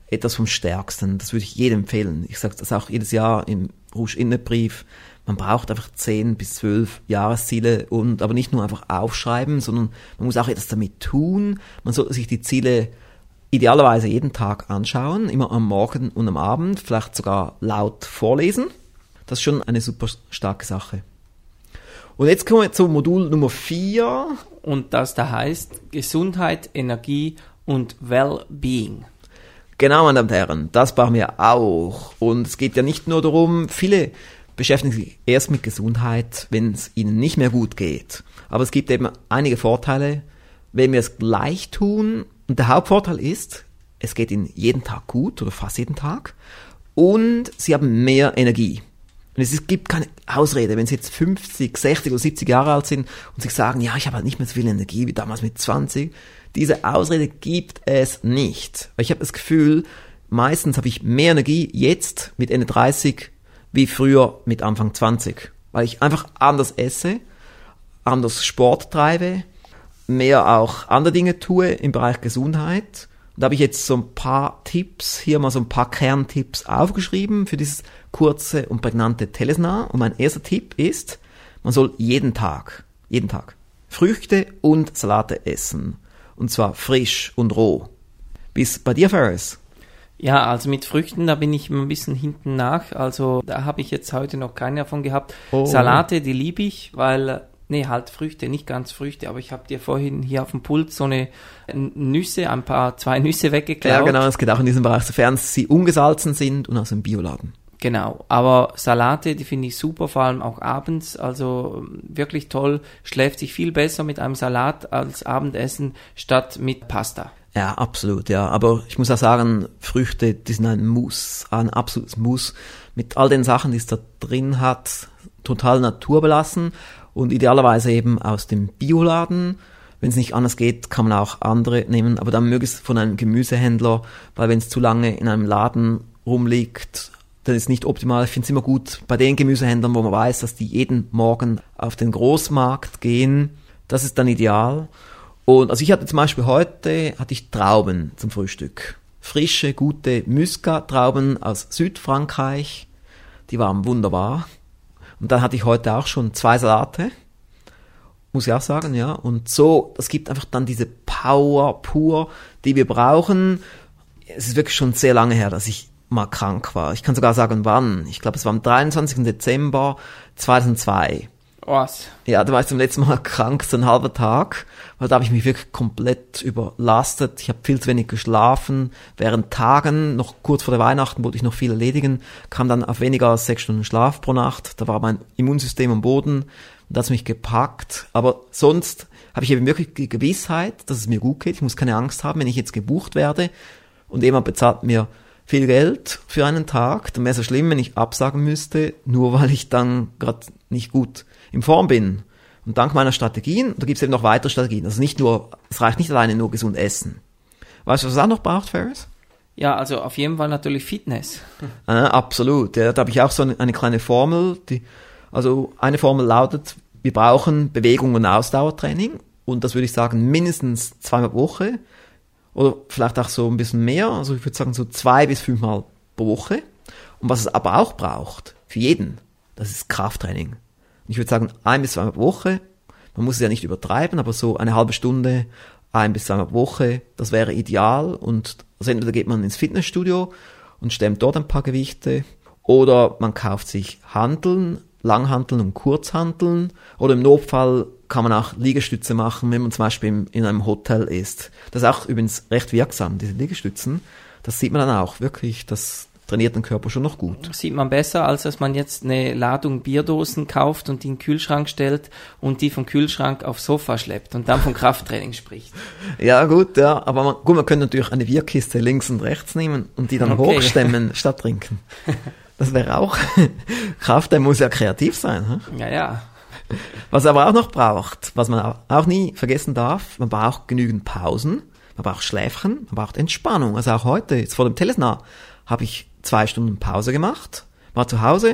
etwas vom Stärksten. Das würde ich jedem empfehlen. Ich sage das auch jedes Jahr im Rouge-Inner-Brief. Man braucht einfach 10 bis 12 Jahresziele aber nicht nur einfach aufschreiben, sondern man muss auch etwas damit tun. Man sollte sich die Ziele idealerweise jeden Tag anschauen, immer am Morgen und am Abend, vielleicht sogar laut vorlesen. Das ist schon eine super starke Sache. Und jetzt kommen wir zum Modul Nummer 4. Und das da heißt Gesundheit, Energie und Well-Being. Genau, meine Damen und Herren, das brauchen wir auch. Und es geht ja nicht nur darum, viele beschäftigen sich erst mit Gesundheit, wenn es ihnen nicht mehr gut geht. Aber es gibt eben einige Vorteile, wenn wir es gleich tun. Und der Hauptvorteil ist, es geht ihnen jeden Tag gut oder fast jeden Tag. Und sie haben mehr Energie. Und es gibt keine Ausrede, wenn sie jetzt 50, 60 oder 70 Jahre alt sind und sich sagen, ja, ich habe halt nicht mehr so viel Energie wie damals mit 20. Diese Ausrede gibt es nicht. Weil ich habe das Gefühl, meistens habe ich mehr Energie jetzt mit Ende 30 wie früher mit Anfang 20. Weil ich einfach anders esse, anders Sport treibe, mehr auch andere Dinge tue im Bereich Gesundheit. Und da habe ich jetzt so ein paar Tipps, hier mal so ein paar Kerntipps aufgeschrieben für dieses kurze und prägnante Teleseminar. Und mein erster Tipp ist, man soll jeden Tag Früchte und Salate essen. Und zwar frisch und roh. Bis bei dir, Ferris? Ja, also mit Früchten, da bin ich ein bisschen hinten nach. Also da habe ich jetzt heute noch keine davon gehabt. Oh. Salate, die liebe ich, weil... Nee, halt Früchte, nicht ganz Früchte, aber ich habe dir vorhin hier auf dem Pult so eine Nüsse, 2 Nüsse weggeklaut. Ja, genau, es geht auch in diesem Bereich, sofern sie ungesalzen sind und aus dem Bioladen. Genau, aber Salate, die finde ich super, vor allem auch abends, also wirklich toll, schläft sich viel besser mit einem Salat als Abendessen statt mit Pasta. Ja, absolut, ja, aber ich muss auch sagen, Früchte, die sind ein Muss, ein absolutes Muss, mit all den Sachen, die es da drin hat, total naturbelassen. Und idealerweise eben aus dem Bioladen. Wenn es nicht anders geht, kann man auch andere nehmen. Aber dann möge es von einem Gemüsehändler, weil wenn es zu lange in einem Laden rumliegt, dann ist es nicht optimal. Ich finde es immer gut bei den Gemüsehändlern, wo man weiß, dass die jeden Morgen auf den Großmarkt gehen. Das ist dann ideal. Und also ich hatte zum Beispiel heute Trauben zum Frühstück. Frische, gute Muscat-Trauben aus Südfrankreich. Die waren wunderbar. Und dann hatte ich heute auch schon 2 Salate, muss ich auch sagen, ja. Und so, das gibt einfach dann diese Power pur, die wir brauchen. Es ist wirklich schon sehr lange her, dass ich mal krank war. Ich kann sogar sagen, wann. Ich glaube, es war am 23. Dezember 2002. Was? Ja, da war ich zum letzten Mal krank, so ein halber Tag, weil da habe ich mich wirklich komplett überlastet. Ich habe viel zu wenig geschlafen. Während Tagen, noch kurz vor der Weihnachten, wollte ich noch viel erledigen, kam dann auf weniger als 6 Stunden Schlaf pro Nacht. Da war mein Immunsystem am Boden und das hat mich gepackt. Aber sonst habe ich eben wirklich die Gewissheit, dass es mir gut geht. Ich muss keine Angst haben, wenn ich jetzt gebucht werde und jemand bezahlt mir viel Geld für einen Tag, dann wäre es ja schlimm, wenn ich absagen müsste, nur weil ich dann gerade nicht gut in Form bin. Und dank meiner Strategien, da gibt es eben noch weitere Strategien. Also es reicht nicht alleine nur gesund essen. Weißt du, was es auch noch braucht, Ferris? Ja, also auf jeden Fall natürlich Fitness. Absolut. Ja, da habe ich auch so eine kleine Formel. Eine Formel lautet, wir brauchen Bewegung und Ausdauertraining. Und das würde ich sagen, mindestens 2-mal pro Woche. Oder vielleicht auch so ein bisschen mehr. Also ich würde sagen so 2 bis 5 Mal pro Woche. Und was es aber auch braucht, für jeden, das ist Krafttraining. Ich würde sagen, 1 bis 2 Mal pro Woche. Man muss es ja nicht übertreiben, aber so eine halbe Stunde, 1 bis 2 Mal pro Woche, das wäre ideal. Und also entweder geht man ins Fitnessstudio und stemmt dort ein paar Gewichte, oder man kauft sich Hanteln, Langhanteln und Kurzhanteln, oder im Notfall kann man auch Liegestütze machen, wenn man zum Beispiel in einem Hotel ist. Das ist auch übrigens recht wirksam, diese Liegestützen. Das sieht man dann auch wirklich, das trainiert den Körper schon noch gut. Das sieht man besser, als dass man jetzt eine Ladung Bierdosen kauft und die in den Kühlschrank stellt und die vom Kühlschrank aufs Sofa schleppt und dann vom Krafttraining spricht. Ja gut, ja, aber man könnte natürlich eine Bierkiste links und rechts nehmen und die dann hochstemmen statt trinken. Das wäre auch, Kraft, der muss ja kreativ sein. Hm? Ja. Was er aber auch noch braucht, was man auch nie vergessen darf, man braucht genügend Pausen, man braucht Schläfchen, man braucht Entspannung. Also auch heute, jetzt vor dem Teleseminar, habe ich 2 Stunden Pause gemacht, war zu Hause,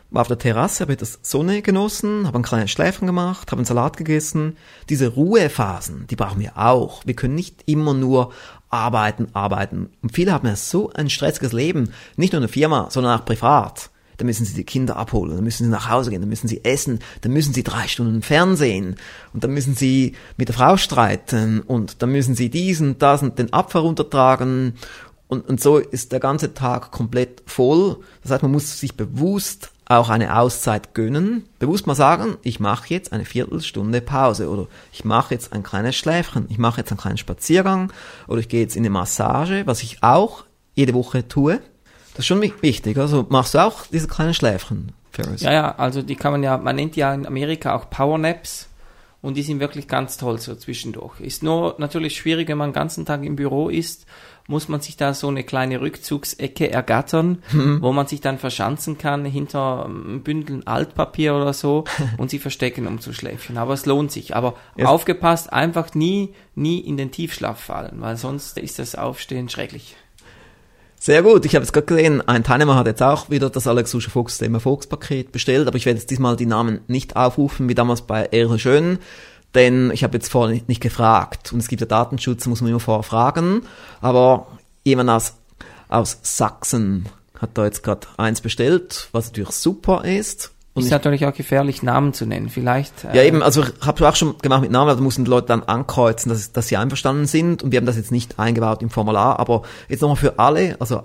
war auf der Terrasse, habe etwas Sonne genossen, habe ein kleines Schläfchen gemacht, habe einen Salat gegessen. Diese Ruhephasen, die brauchen wir auch. Wir können nicht immer nur arbeiten. Und viele haben ja so ein stressiges Leben, nicht nur in der Firma, sondern auch privat. Da müssen sie die Kinder abholen, dann müssen sie nach Hause gehen, dann müssen sie essen, dann müssen sie 3 Stunden Fernsehen und dann müssen sie mit der Frau streiten und dann müssen sie diesen, das und den Abfall runtertragen und so ist der ganze Tag komplett voll. Das heißt, man muss sich bewusst auch eine Auszeit gönnen, bewusst mal sagen, ich mache jetzt eine Viertelstunde Pause oder ich mache jetzt ein kleines Schläfchen, ich mache jetzt einen kleinen Spaziergang oder ich gehe jetzt in eine Massage, was ich auch jede Woche tue. Das ist schon wichtig. Also machst du auch diese kleinen Schläfchen, Ferris? Ja, also die kann man nennt ja in Amerika auch Powernaps und die sind wirklich ganz toll so zwischendurch. Ist nur natürlich schwierig, wenn man den ganzen Tag im Büro ist, muss man sich da so eine kleine Rückzugsecke ergattern, wo man sich dann verschanzen kann hinter einem Bündel Altpapier oder so und sie verstecken, um zu schläfchen. Aber es lohnt sich. Aber aufgepasst, einfach nie in den Tiefschlaf fallen, weil sonst ist das Aufstehen schrecklich. Sehr gut, ich habe jetzt gerade gesehen, ein Teilnehmer hat jetzt auch wieder das Alex Ruscher Fuchs Thema Erfolgspaket bestellt, aber ich werde jetzt diesmal die Namen nicht aufrufen, wie damals bei Erle Schön, denn ich habe jetzt vorher nicht gefragt und es gibt ja Datenschutz, muss man immer vorher fragen, aber jemand aus Sachsen hat da jetzt gerade eins bestellt, was natürlich super ist. Und ist natürlich auch gefährlich, Namen zu nennen, vielleicht. Ja eben, also habe ich auch schon gemacht mit Namen, da mussten die Leute dann ankreuzen, dass sie einverstanden sind und wir haben das jetzt nicht eingebaut im Formular, aber jetzt nochmal für alle, also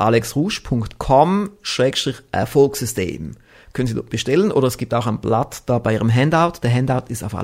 alexrusch.com/Erfolgssystem können Sie dort bestellen oder es gibt auch ein Blatt da bei Ihrem Handout, der Handout ist auf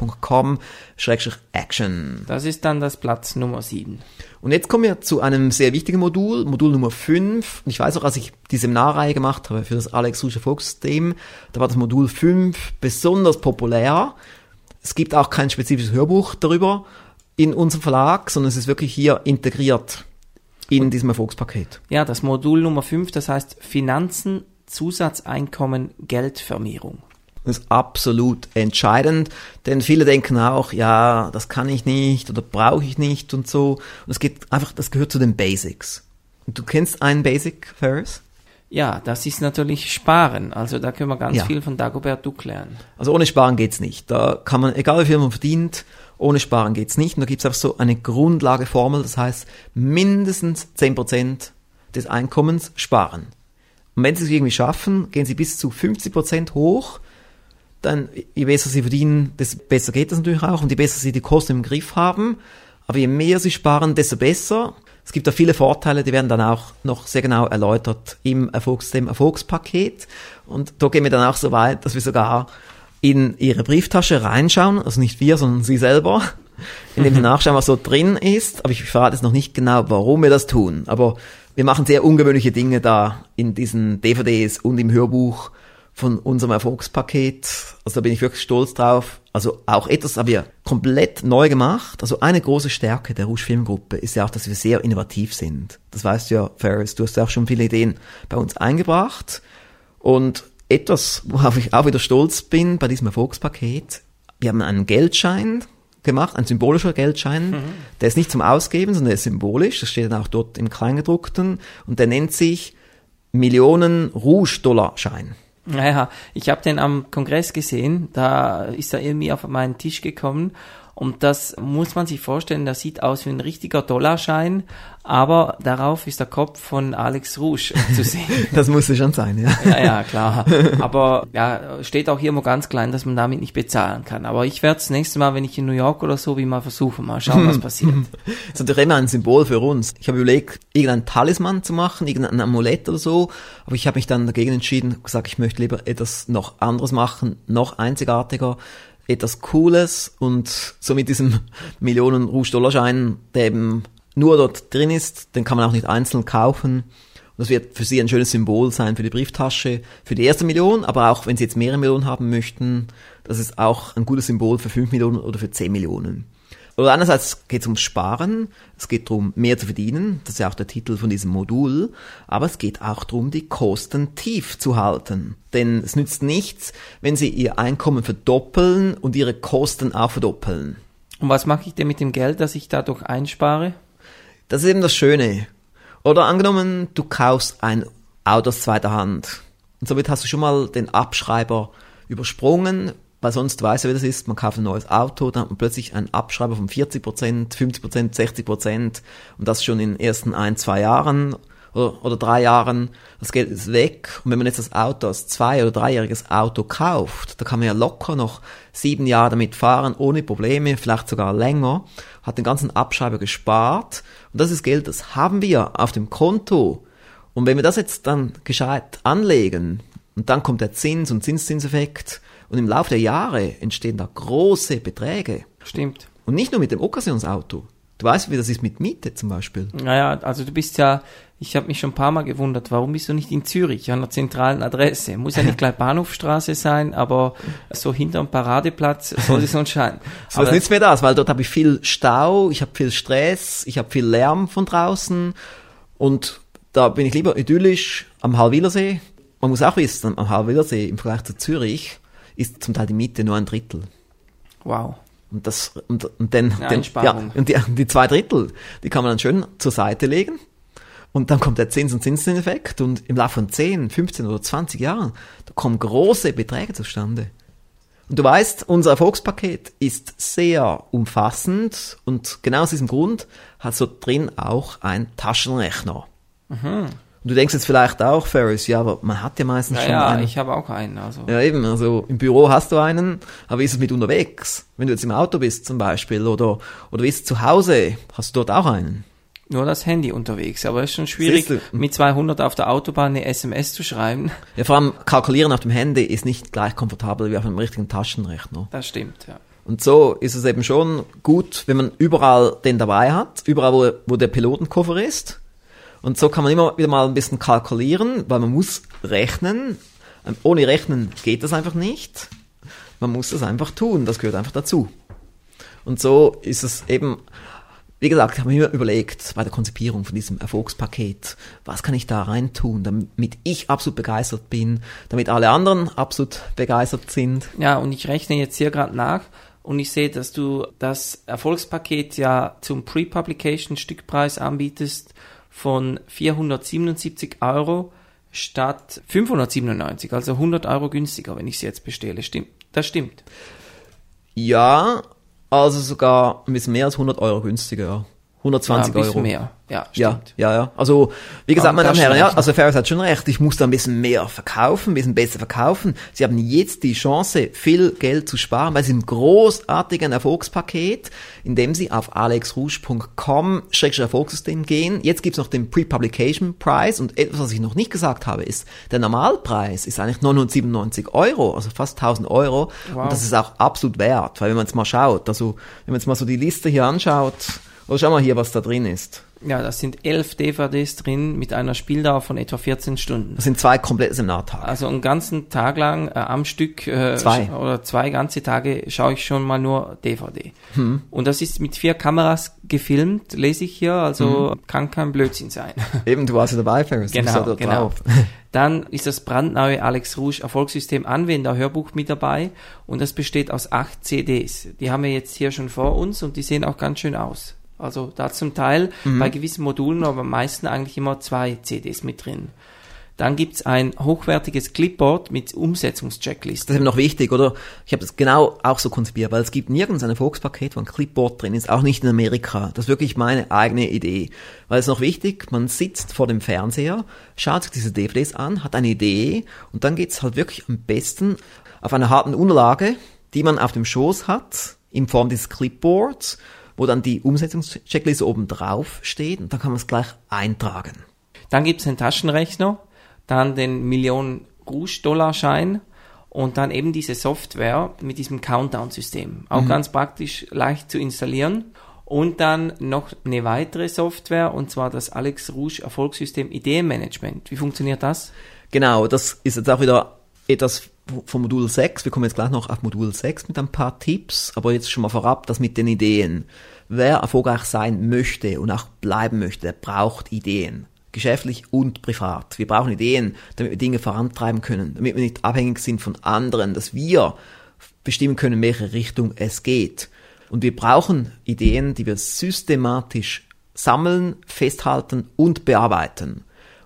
alexrusch.com/Action. Das ist dann das Blatt Nummer 7. Und jetzt kommen wir zu einem sehr wichtigen Modul Nummer 5. Und ich weiß auch, als ich die Seminarreihe gemacht habe für das Alex Ruscher Erfolgssystem, da war das Modul 5 besonders populär. Es gibt auch kein spezifisches Hörbuch darüber in unserem Verlag, sondern es ist wirklich hier integriert in diesem Erfolgspaket. Ja, das Modul Nummer 5, das heißt Finanzen, Zusatzeinkommen, Geldvermehrung. Das ist absolut entscheidend, denn viele denken auch, ja, das kann ich nicht oder brauche ich nicht und so. Und es geht einfach, das gehört zu den Basics. Und du kennst einen Basic, Ferris? Ja, das ist natürlich Sparen. Also da können wir ganz viel von Dagobert Duck lernen. Also ohne Sparen geht's nicht. Da kann man, egal wie viel man verdient, ohne Sparen geht's nicht. Und da gibt's einfach so eine Grundlageformel, das heißt mindestens 10% des Einkommens sparen. Und wenn Sie es irgendwie schaffen, gehen Sie bis zu 50% hoch, dann je besser Sie verdienen, desto besser geht das natürlich auch und je besser Sie die Kosten im Griff haben. Aber je mehr Sie sparen, desto besser. Es gibt da viele Vorteile, die werden dann auch noch sehr genau erläutert im Erfolgspaket. Und da gehen wir dann auch so weit, dass wir sogar in Ihre Brieftasche reinschauen, also nicht wir, sondern Sie selber, indem Sie nachschauen, was so drin ist. Aber ich verrate jetzt noch nicht genau, warum wir das tun. Aber wir machen sehr ungewöhnliche Dinge da in diesen DVDs und im Hörbuch von unserem Erfolgspaket. Also da bin ich wirklich stolz drauf. Also auch etwas haben wir komplett neu gemacht. Also eine große Stärke der Rouge Filmgruppe ist ja auch, dass wir sehr innovativ sind. Das weißt du ja, Ferris, du hast ja auch schon viele Ideen bei uns eingebracht. Und etwas, worauf ich auch wieder stolz bin bei diesem Erfolgspaket, wir haben einen Geldschein gemacht, ein symbolischer Geldschein, der ist nicht zum Ausgeben, sondern der ist symbolisch, das steht dann auch dort im Kleingedruckten und der nennt sich Millionen-Rouge-Dollar-Schein. Naja, ich habe den am Kongress gesehen, da ist er irgendwie auf meinen Tisch gekommen und das muss man sich vorstellen, das sieht aus wie ein richtiger Dollarschein, aber darauf ist der Kopf von Alex Ruscher zu sehen. Das muss es schon sein, ja. Ja, klar. Aber ja, steht auch hier immer ganz klein, dass man damit nicht bezahlen kann. Aber ich werde das nächste Mal, wenn ich in New York oder so, wie mal versuchen, mal schauen, was passiert. Das ist natürlich immer ein Symbol für uns. Ich habe überlegt, irgendein Talisman zu machen, irgendein Amulett oder so, aber ich habe mich dann dagegen entschieden, gesagt, ich möchte lieber etwas noch anderes machen, noch einzigartiger, etwas Cooles und so mit diesem Millionen-Rouge-Dollar-Schein, der eben nur dort drin ist, den kann man auch nicht einzeln kaufen. Und das wird für Sie ein schönes Symbol sein für die Brieftasche, für die erste Million, aber auch wenn Sie jetzt mehrere Millionen haben möchten, das ist auch ein gutes Symbol für 5 Millionen oder für 10 Millionen. Oder einerseits geht es ums Sparen, es geht darum, mehr zu verdienen, das ist ja auch der Titel von diesem Modul, aber es geht auch darum, die Kosten tief zu halten. Denn es nützt nichts, wenn Sie Ihr Einkommen verdoppeln und Ihre Kosten auch verdoppeln. Und was mache ich denn mit dem Geld, das ich dadurch einspare? Das ist eben das Schöne. Oder angenommen, du kaufst ein Auto aus zweiter Hand. Und somit hast du schon mal den Abschreiber übersprungen, weil sonst weißt du, wie das ist, man kauft ein neues Auto, dann hat man plötzlich einen Abschreiber von 40%, 50%, 60% und das schon in den ersten 1-2 Jahren oder 3 Jahren, das Geld ist weg. Und wenn man jetzt das Auto als 2- oder 3-jähriges Auto kauft, da kann man ja locker noch 7 Jahre damit fahren, ohne Probleme, vielleicht sogar länger, hat den ganzen Abschreiber gespart und das ist Geld, das haben wir auf dem Konto. Und wenn wir das jetzt dann gescheit anlegen und dann kommt der Zins- und Zinseszinseffekt und im Laufe der Jahre entstehen da große Beträge. Stimmt. Und nicht nur mit dem Okkasionsauto. Du weißt, wie das ist mit Miete zum Beispiel. Naja, also du bist ja, ich habe mich schon ein paar Mal gewundert, warum bist du nicht in Zürich an einer zentralen Adresse? Muss ja nicht gleich Bahnhofstraße sein, aber so hinterm Paradeplatz soll es uns scheinen. So, was nützt mir das? Weil dort habe ich viel Stau, ich habe viel Stress, ich habe viel Lärm von draußen und da bin ich lieber idyllisch am Hallwilersee. Man muss auch wissen, am Hallwilersee im Vergleich zu Zürich ist zum Teil die Miete nur 1/3. Wow. Und dann Einsparung. und die 2/3, die kann man dann schön zur Seite legen. Und dann kommt der Zins- und Zinseszinseffekt und im Laufe von 10, 15 oder 20 Jahren, da kommen große Beträge zustande. Und du weißt, unser Erfolgspaket ist sehr umfassend und genau aus diesem Grund hat so drin auch ein Taschenrechner. Mhm. Und du denkst jetzt vielleicht auch, Ferris, ja, aber man hat ja meistens schon einen. Ja, ich habe auch einen. Also. Ja, eben, also im Büro hast du einen, aber wie ist es mit unterwegs? Wenn du jetzt im Auto bist zum Beispiel oder bist zu Hause, hast du dort auch einen? Nur das Handy unterwegs, aber es ist schon schwierig, mit 200 auf der Autobahn eine SMS zu schreiben. Ja, vor allem kalkulieren auf dem Handy ist nicht gleich komfortabel wie auf einem richtigen Taschenrechner. Das stimmt, ja. Und so ist es eben schon gut, wenn man überall den dabei hat, überall wo der Pilotenkoffer ist. Und so kann man immer wieder mal ein bisschen kalkulieren, weil man muss rechnen. Ohne Rechnen geht das einfach nicht. Man muss das einfach tun, das gehört einfach dazu. Und so ist es eben, wie gesagt, ich habe mir überlegt, bei der Konzipierung von diesem Erfolgspaket, was kann ich da reintun, damit ich absolut begeistert bin, damit alle anderen absolut begeistert sind. Ja, und ich rechne jetzt hier gerade nach und ich sehe, dass du das Erfolgspaket ja zum Pre-Publication-Stückpreis anbietest von 477 € statt 597, also 100 € günstiger, wenn ich sie jetzt bestelle. Das stimmt. Ja, also sogar ein bisschen mehr als 100 € günstiger. 120 €. Ein bisschen mehr, ja, stimmt. Ja. Also, wie gesagt, meine Damen und Herren, ja, rechnen. also Ferris hat schon recht, ich muss da ein bisschen mehr verkaufen, ein bisschen besser verkaufen. Sie haben jetzt die Chance, viel Geld zu sparen bei diesem großartigen Erfolgspaket, indem Sie auf alexrouge.com/Erfolgssystem gehen. Jetzt gibt's noch den Pre-Publication Price und etwas, was ich noch nicht gesagt habe, ist, der Normalpreis ist eigentlich 997 €, also fast 1000 €. Wow. Und das ist auch absolut wert, weil wenn man jetzt mal schaut, also wenn man jetzt mal so die Liste hier anschaut, oder schau mal hier, was da drin ist. Ja, das sind 11 DVDs drin mit einer Spieldauer von etwa 14 Stunden. Das sind 2 komplette Seminartage. Also einen ganzen Tag lang am Stück oder 2 ganze Tage schaue ich schon mal nur DVD. Und das ist mit 4 Kameras gefilmt, lese ich hier, also kann kein Blödsinn sein. Eben, du warst ja dabei, Ferris. Genau. Drauf. Dann ist das brandneue Alex Rouge Erfolgssystem Anwender Hörbuch mit dabei und das besteht aus 8 CDs. Die haben wir jetzt hier schon vor uns und die sehen auch ganz schön aus. Also da zum Teil bei gewissen Modulen, aber am meisten eigentlich immer 2 CDs mit drin. Dann gibt's ein hochwertiges Clipboard mit Umsetzungscheckliste. Das ist eben noch wichtig, oder? Ich habe das genau auch so konzipiert, weil es gibt nirgends ein Erfolgspaket, wo ein Clipboard drin ist, auch nicht in Amerika. Das ist wirklich meine eigene Idee. Weil es ist noch wichtig, man sitzt vor dem Fernseher, schaut sich diese DVDs an, hat eine Idee und dann geht's halt wirklich am besten auf einer harten Unterlage, die man auf dem Schoß hat, in Form dieses Clipboards, wo dann die Umsetzungscheckliste oben drauf steht und dann kann man es gleich eintragen. Dann gibt's einen Taschenrechner, dann den Million-Rouge-Dollar-Schein und dann eben diese Software mit diesem Countdown-System. Auch ganz praktisch, leicht zu installieren. Und dann noch eine weitere Software und zwar das Alex Rouge Erfolgssystem Ideenmanagement. Wie funktioniert das? Genau, das ist jetzt auch wieder etwas vom Modul 6. Wir kommen jetzt gleich noch auf Modul 6 mit ein paar Tipps, aber jetzt schon mal vorab das mit den Ideen. Wer erfolgreich sein möchte und auch bleiben möchte, der braucht Ideen. Geschäftlich und privat. Wir brauchen Ideen, damit wir Dinge vorantreiben können, damit wir nicht abhängig sind von anderen, dass wir bestimmen können, in welche Richtung es geht. Und wir brauchen Ideen, die wir systematisch sammeln, festhalten und bearbeiten.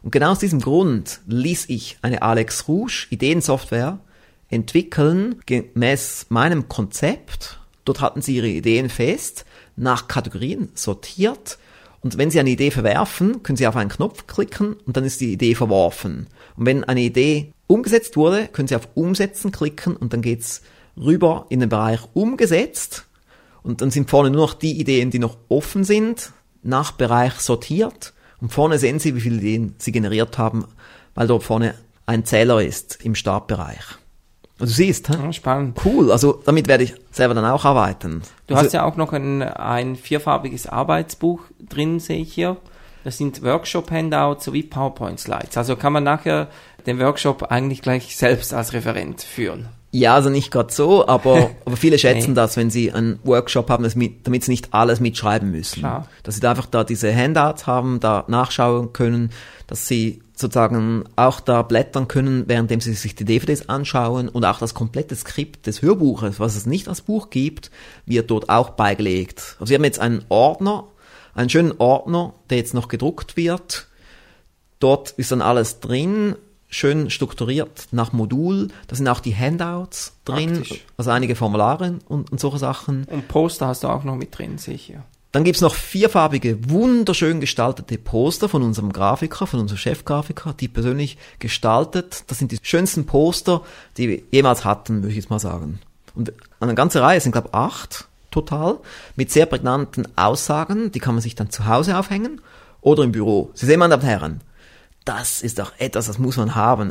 Und genau aus diesem Grund ließ ich eine Alex Rouge Ideensoftware entwickeln, gemäß meinem Konzept. Dort hatten sie ihre Ideen fest, nach Kategorien sortiert. Und wenn Sie eine Idee verwerfen, können Sie auf einen Knopf klicken und dann ist die Idee verworfen. Und wenn eine Idee umgesetzt wurde, können Sie auf Umsetzen klicken und dann geht's rüber in den Bereich Umgesetzt. Und dann sind vorne nur noch die Ideen, die noch offen sind, nach Bereich sortiert. Und vorne sehen Sie, wie viele Ideen Sie generiert haben, weil dort vorne ein Zähler ist im Startbereich. Also du siehst, ja, spannend. Cool, also damit werde ich selber dann auch arbeiten. Du hast ja auch noch ein vierfarbiges Arbeitsbuch drin, sehe ich hier. Das sind Workshop-Handouts sowie PowerPoint-Slides. Also kann man nachher den Workshop eigentlich gleich selbst als Referent führen. Ja, also nicht gerade so, aber viele schätzen das, wenn sie einen Workshop haben, damit sie nicht alles mitschreiben müssen. Klar. Dass sie da einfach da diese Handouts haben, da nachschauen können, dass sie sozusagen auch da blättern können, währenddem sie sich die DVDs anschauen und auch das komplette Skript des Hörbuches, was es nicht als Buch gibt, wird dort auch beigelegt. Also wir haben jetzt einen schönen Ordner, der jetzt noch gedruckt wird. Dort ist dann alles drin, schön strukturiert nach Modul. Da sind auch die Handouts drin, Praktisch. also einige Formulare und solche Sachen. Und Poster hast du auch noch mit drin, sehe ich hier. Dann gibt's noch 4farbige, wunderschön gestaltete Poster von unserem Grafiker, von unserem Chefgrafiker, die persönlich gestaltet. Das sind die schönsten Poster, die wir jemals hatten, würde ich jetzt mal sagen. Und eine ganze Reihe, sind glaube 8 total, mit sehr prägnanten Aussagen, die kann man sich dann zu Hause aufhängen oder im Büro. Sie sehen, meine Damen und Herren, das ist doch etwas, das muss man haben.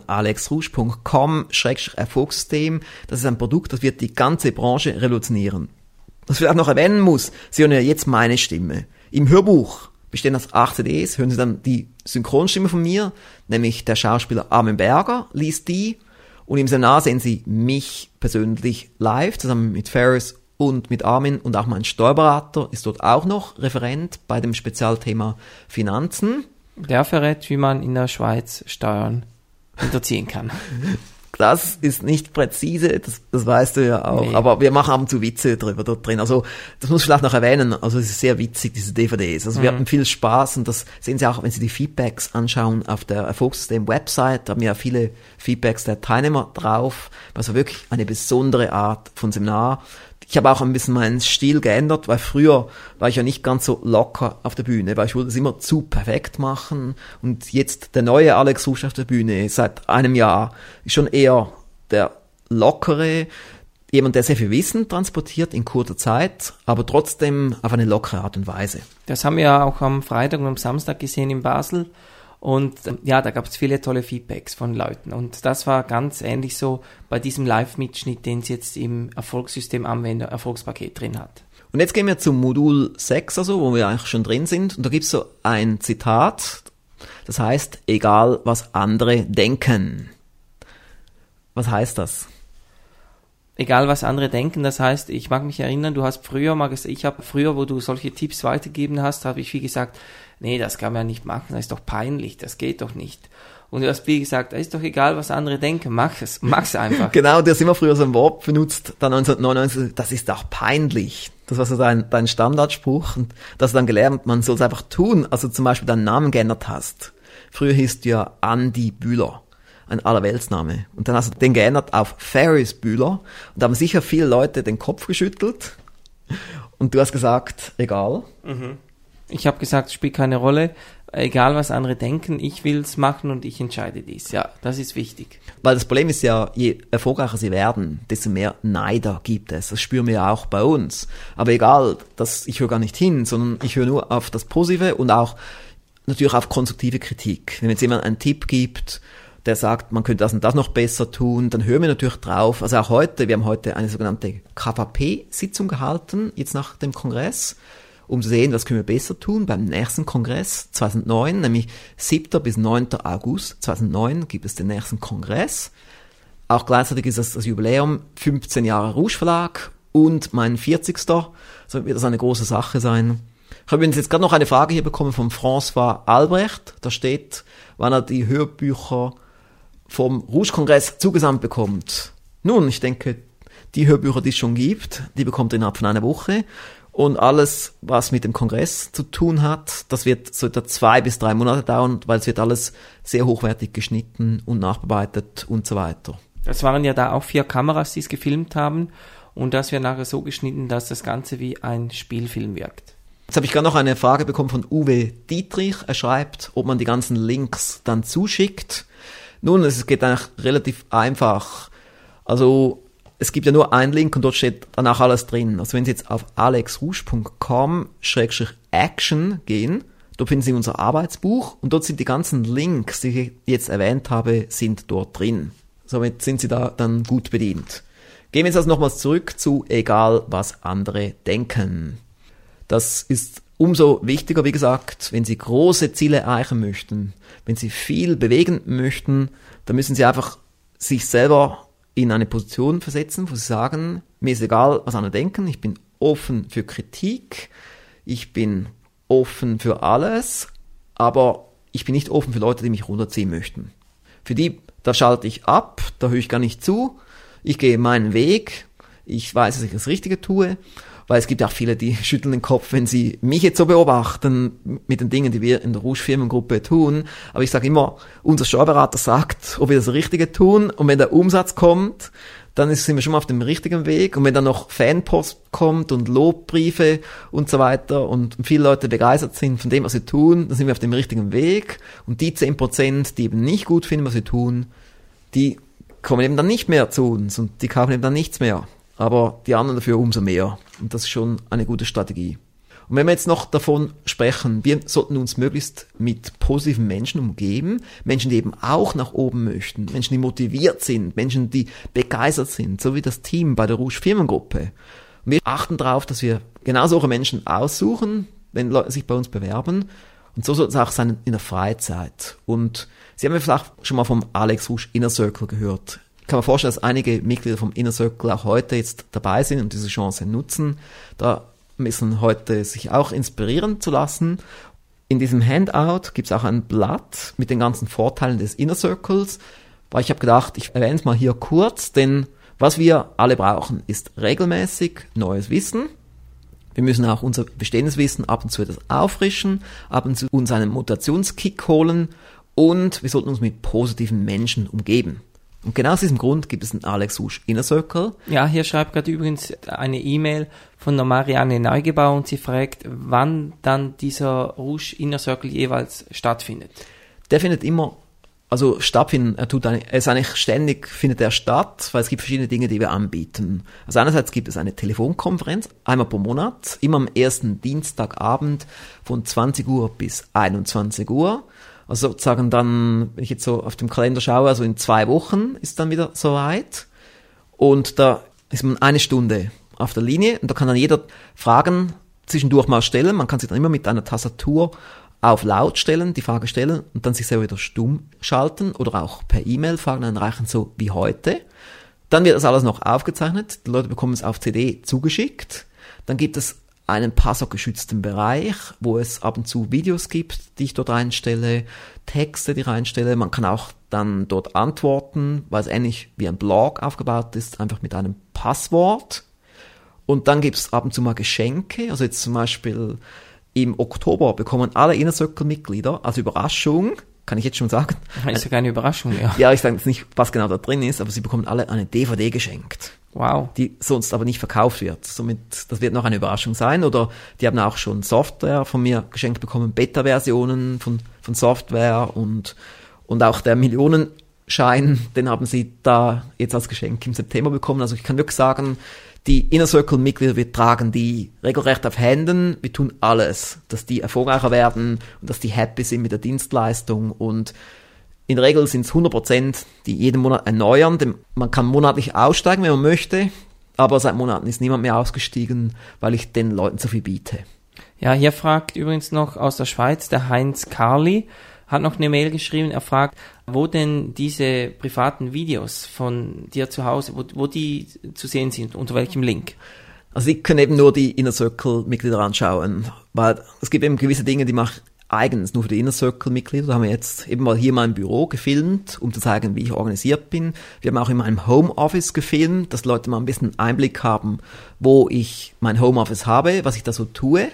alexrouge.com/Erfolgssystem. Das ist ein Produkt, das wird die ganze Branche revolutionieren. Was ich auch noch erwähnen muss, Sie hören ja jetzt meine Stimme. Im Hörbuch bestehen aus 8 CDs, hören Sie dann die Synchronstimme von mir, nämlich der Schauspieler Armin Berger liest die. Und im Seminar sehen Sie mich persönlich live, zusammen mit Ferris und mit Armin, und auch mein Steuerberater ist dort auch noch Referent bei dem Spezialthema Finanzen. Der verrät, wie man in der Schweiz Steuern hinterziehen kann. Das ist nicht präzise, das weißt du ja auch, nee. Aber wir machen ab und zu Witze drüber dort drin. Also das muss ich vielleicht noch erwähnen, also es ist sehr witzig, diese DVDs. Also wir hatten viel Spaß und das sehen Sie auch, wenn Sie die Feedbacks anschauen auf der Erfolgssystem-Website, da haben ja viele Feedbacks der Teilnehmer drauf. Also wirklich eine besondere Art von Seminar. Ich habe auch ein bisschen meinen Stil geändert, weil früher war ich ja nicht ganz so locker auf der Bühne, weil ich wollte es immer zu perfekt machen. Und jetzt der neue Alex Rouge auf der Bühne seit einem Jahr ist schon eher der lockere, jemand, der sehr viel Wissen transportiert in kurzer Zeit, aber trotzdem auf eine lockere Art und Weise. Das haben wir ja auch am Freitag und am Samstag gesehen in Basel. Und ja, da gab es viele tolle Feedbacks von Leuten. Und das war ganz ähnlich so bei diesem Live-Mitschnitt, den es jetzt im Erfolgssystem-Anwender Erfolgspaket drin hat. Und jetzt gehen wir zum Modul 6, also, wo wir eigentlich schon drin sind. Und da gibt es so ein Zitat, das heißt, egal was andere denken. Was heißt das? Egal was andere denken, das heißt, ich mag mich erinnern, du hast früher mal gesagt, ich habe früher, wo du solche Tipps weitergegeben hast, habe ich wie gesagt, nee, das kann man ja nicht machen, das ist doch peinlich, das geht doch nicht. Und du hast wie gesagt, ist doch egal, was andere denken, mach's einfach. Genau, du hast immer früher so ein Wort benutzt, dann 1999, das ist doch peinlich. Das war so dein Standardspruch und das hast du dann gelernt, man soll es einfach tun, also zum Beispiel deinen Namen geändert hast. Früher hieß du ja Andi Bühler. Ein Allerweltsname. Und dann hast du den geändert auf Ferris Bühler. Und da haben sicher viele Leute den Kopf geschüttelt. Und du hast gesagt, egal. Ich habe gesagt, spielt keine Rolle. Egal, was andere denken, ich will's machen und ich entscheide dies. Ja, das ist wichtig. Weil das Problem ist ja, je erfolgreicher sie werden, desto mehr Neider gibt es. Das spüren wir ja auch bei uns. Aber egal, ich höre gar nicht hin, sondern ich höre nur auf das Positive und auch natürlich auf konstruktive Kritik. Wenn jetzt jemand einen Tipp gibt, der sagt, man könnte das und das noch besser tun, dann hören wir natürlich drauf. Also auch heute, wir haben heute eine sogenannte KVP-Sitzung gehalten, jetzt nach dem Kongress, um zu sehen, was können wir besser tun beim nächsten Kongress 2009, nämlich 7. bis 9. August 2009 gibt es den nächsten Kongress. Auch gleichzeitig ist das Jubiläum 15 Jahre Rouge Verlag und mein 40. So wird das eine große Sache sein. Ich habe jetzt gerade noch eine Frage hier bekommen von François Albrecht. Da steht, wann er die Hörbücher vom Rouge-Kongress zugesandt bekommt. Nun, ich denke, die Hörbücher, die es schon gibt, die bekommt er innerhalb von einer Woche. Und alles, was mit dem Kongress zu tun hat, das wird so etwa 2 bis 3 Monate dauern, weil es wird alles sehr hochwertig geschnitten und nachbearbeitet und so weiter. Das waren ja da auch 4 Kameras, die es gefilmt haben und das wird nachher so geschnitten, dass das Ganze wie ein Spielfilm wirkt. Jetzt habe ich gerade noch eine Frage bekommen von Uwe Dietrich. Er schreibt, ob man die ganzen Links dann zuschickt. Nun, es geht eigentlich relativ einfach. Also es gibt ja nur einen Link und dort steht danach alles drin. Also wenn Sie jetzt auf alexrusch.com/action gehen, dort finden Sie unser Arbeitsbuch und dort sind die ganzen Links, die ich jetzt erwähnt habe, sind dort drin. Somit sind Sie da dann gut bedient. Gehen wir jetzt also nochmals zurück zu egal, was andere denken. Das ist umso wichtiger, wie gesagt, wenn Sie große Ziele erreichen möchten, wenn Sie viel bewegen möchten, dann müssen Sie einfach sich selber in eine Position versetzen, wo Sie sagen, mir ist egal, was andere denken, ich bin offen für Kritik, ich bin offen für alles, aber ich bin nicht offen für Leute, die mich runterziehen möchten. Für die, da schalte ich ab, da höre ich gar nicht zu, ich gehe meinen Weg, ich weiß, dass ich das Richtige tue, weil es gibt auch viele, die schütteln den Kopf, wenn sie mich jetzt so beobachten mit den Dingen, die wir in der Rouge Firmengruppe tun. Aber ich sage immer, unser Steuerberater sagt, ob wir das Richtige tun. Und wenn der Umsatz kommt, dann sind wir schon mal auf dem richtigen Weg. Und wenn dann noch Fanpost kommt und Lobbriefe und so weiter und viele Leute begeistert sind von dem, was sie tun, dann sind wir auf dem richtigen Weg. Und die 10%, die eben nicht gut finden, was sie tun, die kommen eben dann nicht mehr zu uns und die kaufen eben dann nichts mehr. Aber die anderen dafür umso mehr. Und das ist schon eine gute Strategie. Und wenn wir jetzt noch davon sprechen, wir sollten uns möglichst mit positiven Menschen umgeben, Menschen, die eben auch nach oben möchten, Menschen, die motiviert sind, Menschen, die begeistert sind, so wie das Team bei der Rouge Firmengruppe. Und wir achten darauf, dass wir genau solche Menschen aussuchen, wenn Leute sich bei uns bewerben. Und so soll es auch sein in der Freizeit. Und Sie haben ja vielleicht schon mal vom Alex Rusch Inner Circle gehört. Ich kann mir vorstellen, dass einige Mitglieder vom Inner Circle auch heute jetzt dabei sind und diese Chance nutzen, da müssen heute sich auch inspirieren zu lassen. In diesem Handout gibt es auch ein Blatt mit den ganzen Vorteilen des Inner Circles, weil ich habe gedacht, ich erwähne es mal hier kurz, denn was wir alle brauchen, ist regelmäßig neues Wissen. Wir müssen auch unser bestehendes Wissen ab und zu etwas auffrischen, ab und zu uns einen Motivationskick holen und wir sollten uns mit positiven Menschen umgeben. Und genau aus diesem Grund gibt es einen Alex Rusch Inner Circle. Ja, hier schreibt gerade übrigens eine E-Mail von der Marianne Neugebauer und sie fragt, wann dann dieser Rusch Inner Circle jeweils stattfindet. Der findet immer, also stattfinden, er ist eigentlich ständig, findet er statt, weil es gibt verschiedene Dinge, die wir anbieten. Also einerseits gibt es eine Telefonkonferenz, einmal pro Monat, immer am ersten Dienstagabend von 20 Uhr bis 21 Uhr. Also sozusagen dann, wenn ich jetzt so auf dem Kalender schaue, also in 2 Wochen ist dann wieder soweit. Und da ist man 1 Stunde auf der Linie und da kann dann jeder Fragen zwischendurch mal stellen. Man kann sich dann immer mit einer Tastatur auf laut stellen, die Frage stellen und dann sich selber wieder stumm schalten oder auch per E-Mail Fragen einreichen, so wie heute. Dann wird das alles noch aufgezeichnet. Die Leute bekommen es auf CD zugeschickt. Dann gibt es einen passwortgeschützten Bereich, wo es ab und zu Videos gibt, die ich dort reinstelle, Texte, die ich reinstelle. Man kann auch dann dort antworten, weil es ähnlich wie ein Blog aufgebaut ist, einfach mit einem Passwort. Und dann gibt es ab und zu mal Geschenke. Also jetzt zum Beispiel im Oktober bekommen alle Inner Circle-Mitglieder als Überraschung, kann ich jetzt schon sagen. Das ist ja keine Überraschung, ja. Ja, ich sage jetzt nicht, was genau da drin ist, aber sie bekommen alle eine DVD geschenkt. Wow. Die sonst aber nicht verkauft wird. Somit, das wird noch eine Überraschung sein. Oder die haben auch schon Software von mir geschenkt bekommen, Beta-Versionen von Software und auch der Millionenschein, den haben sie da jetzt als Geschenk im September bekommen. Also ich kann wirklich sagen, die Inner Circle-Mitglieder, wir tragen die regelrecht auf Händen. Wir tun alles, dass die erfolgreicher werden und dass die happy sind mit der Dienstleistung und in der Regel sind es 100%, die jeden Monat erneuern. Man kann monatlich aussteigen, wenn man möchte, aber seit Monaten ist niemand mehr ausgestiegen, weil ich den Leuten so viel biete. Ja, hier fragt übrigens noch aus der Schweiz der Heinz Karli, hat noch eine Mail geschrieben, er fragt, wo denn diese privaten Videos von dir zu Hause, wo die zu sehen sind, unter welchem Link? Also ich kann eben nur die Inner Circle-Mitglieder anschauen, weil es gibt eben gewisse Dinge, die mache ich eigens nur für die Inner Circle-Mitglieder. Da haben wir jetzt eben mal hier mein Büro gefilmt, um zu zeigen, wie ich organisiert bin. Wir haben auch in meinem Homeoffice gefilmt, dass Leute mal ein bisschen Einblick haben, wo ich mein Homeoffice habe, was ich da so tue.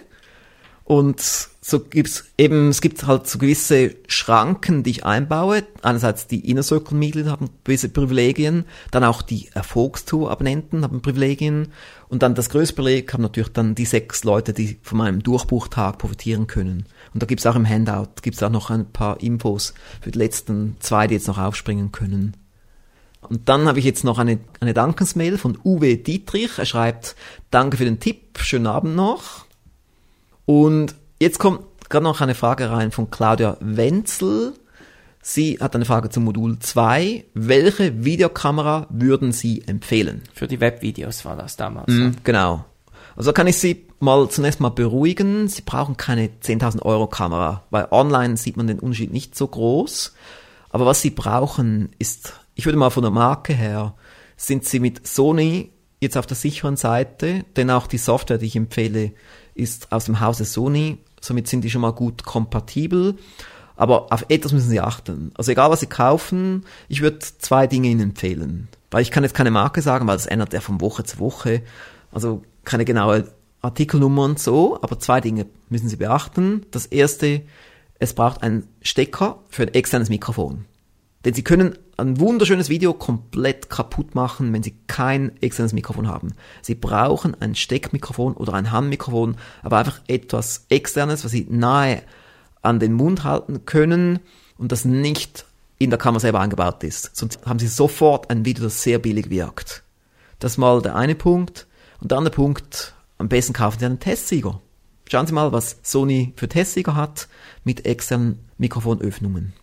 Und so es gibt halt so gewisse Schranken, die ich einbaue. Einerseits die Inner Circle-Mitglieder haben gewisse Privilegien, dann auch die Erfolgstour-Abonnenten haben Privilegien und dann das größte Privileg haben natürlich dann die 6 Leute, die von meinem Durchbruchtag profitieren können. Und da gibt's auch im Handout, gibt's auch noch ein paar Infos für die letzten 2, die jetzt noch aufspringen können. Und dann habe ich jetzt noch eine Dankesmail von Uwe Dietrich. Er schreibt, danke für den Tipp, schönen Abend noch. Und jetzt kommt gerade noch eine Frage rein von Claudia Wenzel. Sie hat eine Frage zum Modul 2. Welche Videokamera würden Sie empfehlen? Für die Webvideos war das damals. Genau. Also kann ich Sie zunächst mal beruhigen. Sie brauchen keine 10.000 Euro Kamera, weil online sieht man den Unterschied nicht so groß. Aber was Sie brauchen ist, ich würde mal von der Marke her, sind Sie mit Sony jetzt auf der sicheren Seite, denn auch die Software, die ich empfehle, ist aus dem Hause Sony, somit sind die schon mal gut kompatibel, aber auf etwas müssen Sie achten. Also egal, was Sie kaufen, ich würde 2 Dinge Ihnen empfehlen, weil ich kann jetzt keine Marke sagen, weil das ändert ja von Woche zu Woche, also keine genaue Artikelnummer und so, aber 2 Dinge müssen Sie beachten. Das erste, es braucht einen Stecker für ein externes Mikrofon. Denn Sie können ein wunderschönes Video komplett kaputt machen, wenn Sie kein externes Mikrofon haben. Sie brauchen ein Steckmikrofon oder ein Handmikrofon, aber einfach etwas Externes, was Sie nahe an den Mund halten können und das nicht in der Kamera selber eingebaut ist. Sonst haben Sie sofort ein Video, das sehr billig wirkt. Das ist mal der eine Punkt. Und der andere Punkt, am besten kaufen Sie einen Testsieger. Schauen Sie mal, was Sony für Testsieger hat mit externen Mikrofonöffnungen.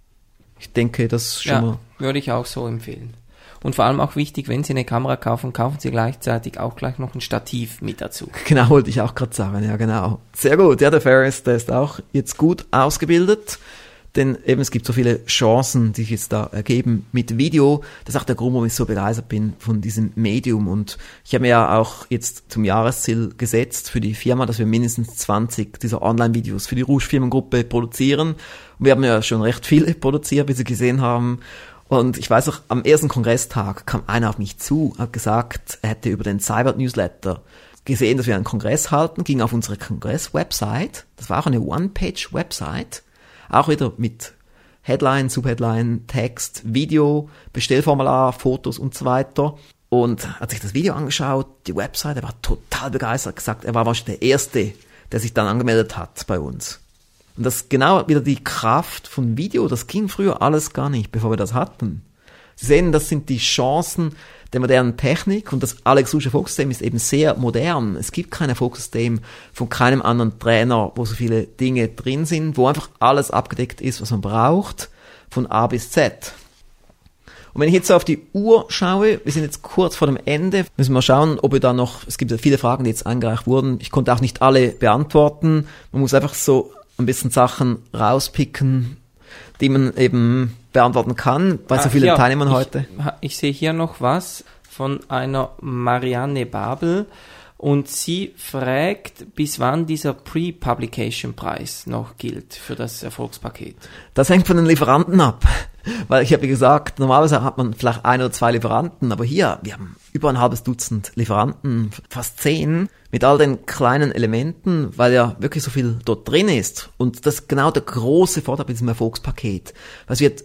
Ich denke, das schon mal. Würde ich auch so empfehlen. Und vor allem auch wichtig, wenn Sie eine Kamera kaufen, kaufen Sie gleichzeitig auch gleich noch ein Stativ mit dazu. Genau, wollte ich auch gerade sagen, ja genau. Sehr gut, ja, der Ferris, der ist auch jetzt gut ausgebildet, denn eben es gibt so viele Chancen, die sich jetzt da ergeben mit Video. Das ist auch der Grund, warum ich so begeistert bin von diesem Medium. Und ich habe mir ja auch jetzt zum Jahresziel gesetzt für die Firma, dass wir mindestens 20 dieser Online-Videos für die Rouge-Firmengruppe produzieren. Und wir haben ja schon recht viele produziert, wie Sie gesehen haben. Und ich weiß auch, am ersten Kongresstag kam einer auf mich zu, hat gesagt, er hätte über den Cyber-Newsletter gesehen, dass wir einen Kongress halten, ging auf unsere Kongress-Website. Das war auch eine One-Page-Website. Auch wieder mit Headline, Subheadline, Text, Video, Bestellformular, Fotos und so weiter. Und hat sich das Video angeschaut, die Website, er war total begeistert, gesagt, er war wahrscheinlich der Erste, der sich dann angemeldet hat bei uns. Und das ist genau wieder die Kraft von Video, das ging früher alles gar nicht, bevor wir das hatten. Sie sehen, das sind die Chancen der modernen Technik und das Alex Rouge Erfolgssystem ist eben sehr modern. Es gibt kein Erfolgssystem von keinem anderen Trainer, wo so viele Dinge drin sind, wo einfach alles abgedeckt ist, was man braucht, von A bis Z. Und wenn ich jetzt so auf die Uhr schaue, wir sind jetzt kurz vor dem Ende, müssen wir schauen, ob wir da noch, es gibt ja viele Fragen, die jetzt eingereicht wurden, ich konnte auch nicht alle beantworten, man muss einfach so ein bisschen Sachen rauspicken, die man eben beantworten kann, bei so vielen Teilnehmern heute. Ich sehe hier noch was von einer Marianne Babel und sie fragt, bis wann dieser Pre-Publication-Preis noch gilt für das Erfolgspaket. Das hängt von den Lieferanten ab, weil ich habe gesagt, normalerweise hat man vielleicht 1 oder 2 Lieferanten, aber hier, wir haben über ein halbes Dutzend Lieferanten, fast 10, mit all den kleinen Elementen, weil ja wirklich so viel dort drin ist. Und das ist genau der große Vorteil bei diesem Erfolgspaket. Es wird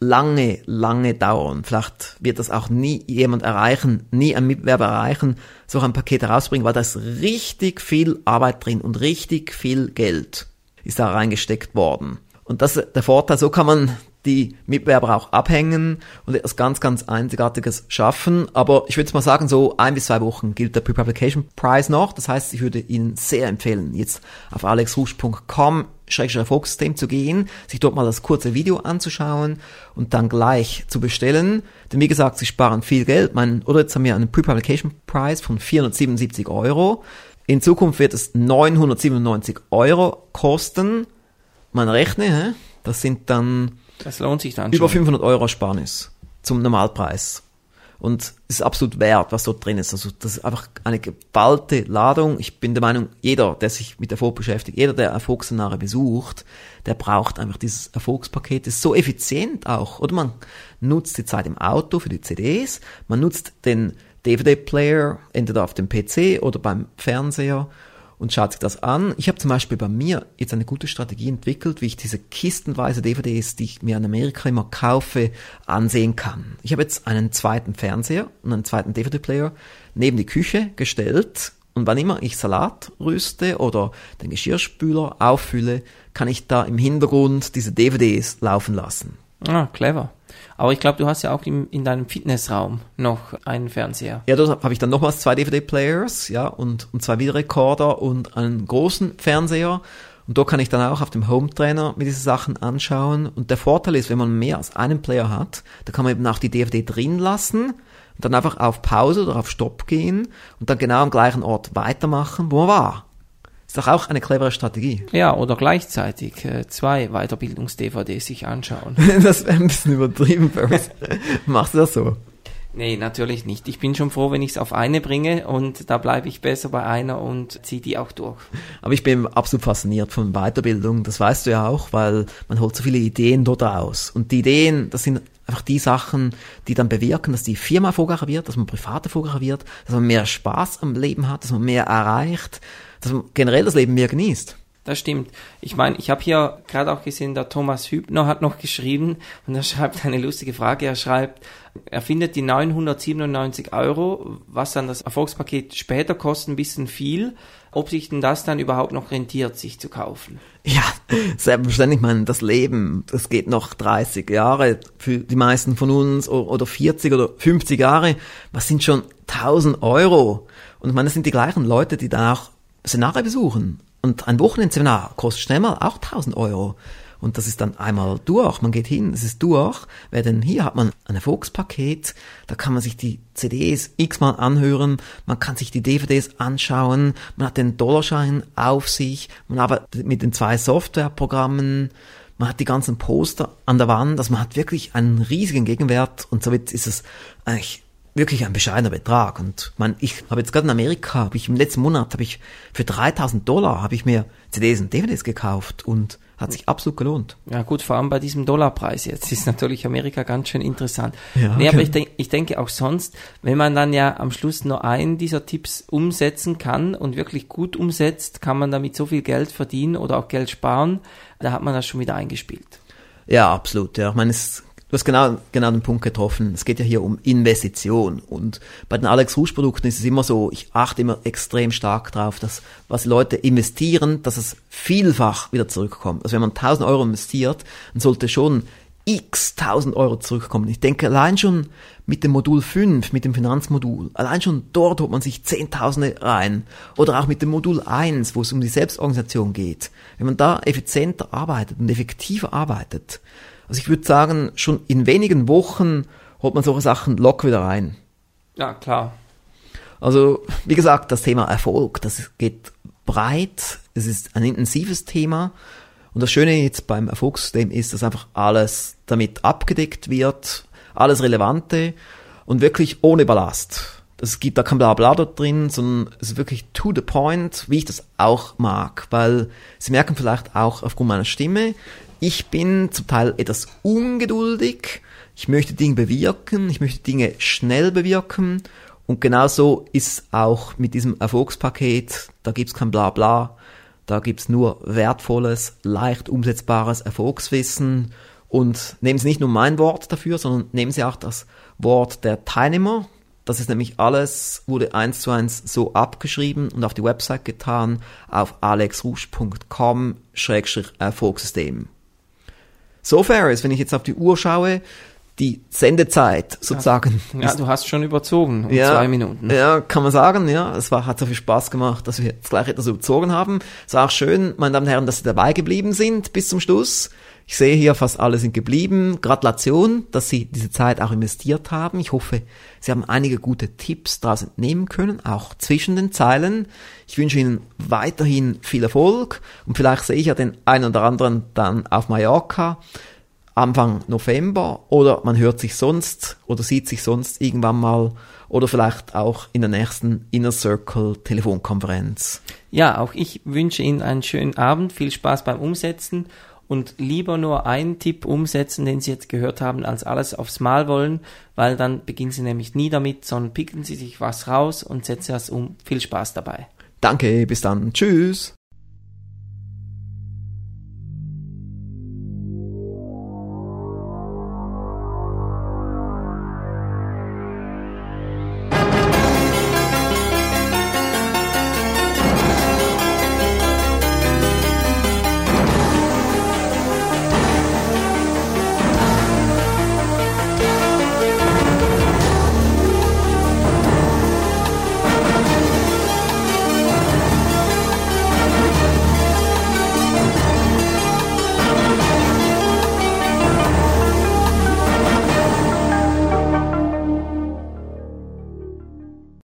lange dauern. Vielleicht wird das auch nie jemand erreichen, nie ein Mitbewerber erreichen, so ein Paket herauszubringen, weil da ist richtig viel Arbeit drin und richtig viel Geld ist da reingesteckt worden. Und das ist der Vorteil, so kann man die Mitbewerber auch abhängen und etwas ganz Einzigartiges schaffen. Aber ich würde mal sagen, so 1 bis 2 Wochen gilt der Pre-Publication Prize noch. Das heißt, ich würde Ihnen sehr empfehlen, jetzt auf alexrouge.com/Erfolgssystem zu gehen, sich dort mal das kurze Video anzuschauen und dann gleich zu bestellen. Denn wie gesagt, Sie sparen viel Geld. Oder jetzt haben wir einen Pre-Publication Prize von 477 €. In Zukunft wird es 997 € kosten. Man rechne, das sind dann das lohnt sich dann über schon. 500 € Ersparnis zum Normalpreis. Und es ist absolut wert, was dort drin ist. Also das ist einfach eine geballte Ladung. Ich bin der Meinung, jeder, der sich mit Erfolg beschäftigt, jeder, der Erfolgsseminare besucht, der braucht einfach dieses Erfolgspaket. Das ist so effizient auch. Oder man nutzt die Zeit im Auto für die CDs, man nutzt den DVD-Player entweder auf dem PC oder beim Fernseher und schaut sich das an. Ich habe zum Beispiel bei mir jetzt eine gute Strategie entwickelt, wie ich diese kistenweise DVDs, die ich mir in Amerika immer kaufe, ansehen kann. Ich habe jetzt einen zweiten Fernseher und einen zweiten DVD-Player neben die Küche gestellt und wann immer ich Salat rüste oder den Geschirrspüler auffülle, kann ich da im Hintergrund diese DVDs laufen lassen. Ah, clever. Aber ich glaube, du hast ja auch in deinem Fitnessraum noch einen Fernseher. Ja, da habe ich dann nochmals 2 DVD-Players, ja, und 2 Videorekorder und einen großen Fernseher. Und da kann ich dann auch auf dem Home-Trainer mir diese Sachen anschauen. Und der Vorteil ist, wenn man mehr als einen Player hat, da kann man eben auch die DVD drin lassen und dann einfach auf Pause oder auf Stopp gehen und dann genau am gleichen Ort weitermachen, wo man war. Ist doch auch eine clevere Strategie. Ja, oder gleichzeitig 2 Weiterbildungs-DVDs sich anschauen. Das wäre ein bisschen übertrieben, Paris. Machst du das so? Nee, natürlich nicht. Ich bin schon froh, wenn ich es auf eine bringe und da bleibe ich besser bei einer und ziehe die auch durch. Aber ich bin absolut fasziniert von Weiterbildung. Das weißt du ja auch, weil man holt so viele Ideen dort raus. Und die Ideen, das sind einfach die Sachen, die dann bewirken, dass die Firma erfolgreicher wird, dass man privat erfolgreicher wird, dass man mehr Spaß am Leben hat, dass man mehr erreicht, dass man generell das Leben mehr genießt. Das stimmt. Ich meine, ich habe hier gerade auch gesehen, der Thomas Hübner hat noch geschrieben und er schreibt eine lustige Frage. Er schreibt, er findet die 997 €, was dann das Erfolgspaket später kostet, ein bisschen viel. Ob sich denn das dann überhaupt noch rentiert, sich zu kaufen? Ja, selbstverständlich. Ich meine, das Leben, das geht noch 30 Jahre für die meisten von uns oder 40 oder 50 Jahre. Was sind schon 1.000 €? Und ich meine, das sind die gleichen Leute, die dann auch Seminare besuchen. Und ein Wochenendseminar kostet schnell mal auch 1.000 €. Und das ist dann einmal durch. Man geht hin, es ist durch. Weil denn hier hat man ein Erfolgspaket, da kann man sich die CDs x-mal anhören, man kann sich die DVDs anschauen, man hat den Dollarschein auf sich, man arbeitet mit den 2 Softwareprogrammen, man hat die ganzen Poster an der Wand, also man hat wirklich einen riesigen Gegenwert und somit ist es eigentlich wirklich ein bescheidener Betrag. Und ich habe jetzt gerade in Amerika, im letzten Monat für $3.000 habe ich mir CDs und DVDs gekauft und hat sich absolut gelohnt. Ja gut, vor allem bei diesem Dollarpreis jetzt ist natürlich Amerika ganz schön interessant. Ja, nee, aber ich denke auch sonst, wenn man dann ja am Schluss nur einen dieser Tipps umsetzen kann und wirklich gut umsetzt, kann man damit so viel Geld verdienen oder auch Geld sparen, da hat man das schon wieder eingespielt. Ja, absolut. Ja, ich meine, du hast genau den Punkt getroffen. Es geht ja hier um Investition. Und bei den Alex Rouge Produkten ist es immer so, ich achte immer extrem stark drauf, dass was die Leute investieren, dass es vielfach wieder zurückkommt. Also wenn man 1.000 € investiert, dann sollte schon x 1.000 € zurückkommen. Ich denke, allein schon mit dem Modul 5, mit dem Finanzmodul, allein schon dort holt man sich Zehntausende rein. Oder auch mit dem Modul 1, wo es um die Selbstorganisation geht. Wenn man da effizienter arbeitet und effektiver arbeitet, also ich würde sagen, schon in wenigen Wochen holt man solche Sachen locker wieder rein. Ja, klar. Also, wie gesagt, das Thema Erfolg, das geht breit, es ist ein intensives Thema. Und das Schöne jetzt beim Erfolgssystem ist, dass einfach alles damit abgedeckt wird, alles Relevante und wirklich ohne Ballast. Es gibt da kein Blabla dort drin, sondern es ist wirklich to the point, wie ich das auch mag. Weil Sie merken vielleicht auch aufgrund meiner Stimme, ich bin zum Teil etwas ungeduldig, ich möchte Dinge bewirken, ich möchte Dinge schnell bewirken und genauso ist auch mit diesem Erfolgspaket, da gibt's kein Blabla, da gibt's nur wertvolles, leicht umsetzbares Erfolgswissen und nehmen Sie nicht nur mein Wort dafür, sondern nehmen Sie auch das Wort der Teilnehmer. Das ist nämlich alles, wurde 1:1 so abgeschrieben und auf die Website getan auf alexrouge.com/Erfolgssystem. So fair ist, wenn ich jetzt auf die Uhr schaue, die Sendezeit sozusagen. Ja, du hast schon überzogen um 2 Minuten. Ja, kann man sagen, ja. Hat so viel Spaß gemacht, dass wir jetzt gleich etwas überzogen haben. Es war auch schön, meine Damen und Herren, dass Sie dabei geblieben sind bis zum Schluss. Ich sehe hier, fast alle sind geblieben. Gratulation, dass Sie diese Zeit auch investiert haben. Ich hoffe, Sie haben einige gute Tipps daraus entnehmen können, auch zwischen den Zeilen. Ich wünsche Ihnen weiterhin viel Erfolg und vielleicht sehe ich ja den einen oder anderen dann auf Mallorca. Anfang November oder man hört sich sonst oder sieht sich sonst irgendwann mal oder vielleicht auch in der nächsten Inner Circle Telefonkonferenz. Ja, auch ich wünsche Ihnen einen schönen Abend, viel Spaß beim Umsetzen und lieber nur einen Tipp umsetzen, den Sie jetzt gehört haben, als alles aufs Mal wollen, weil dann beginnen Sie nämlich nie damit, sondern picken Sie sich was raus und setzen das um. Viel Spaß dabei. Danke, bis dann. Tschüss.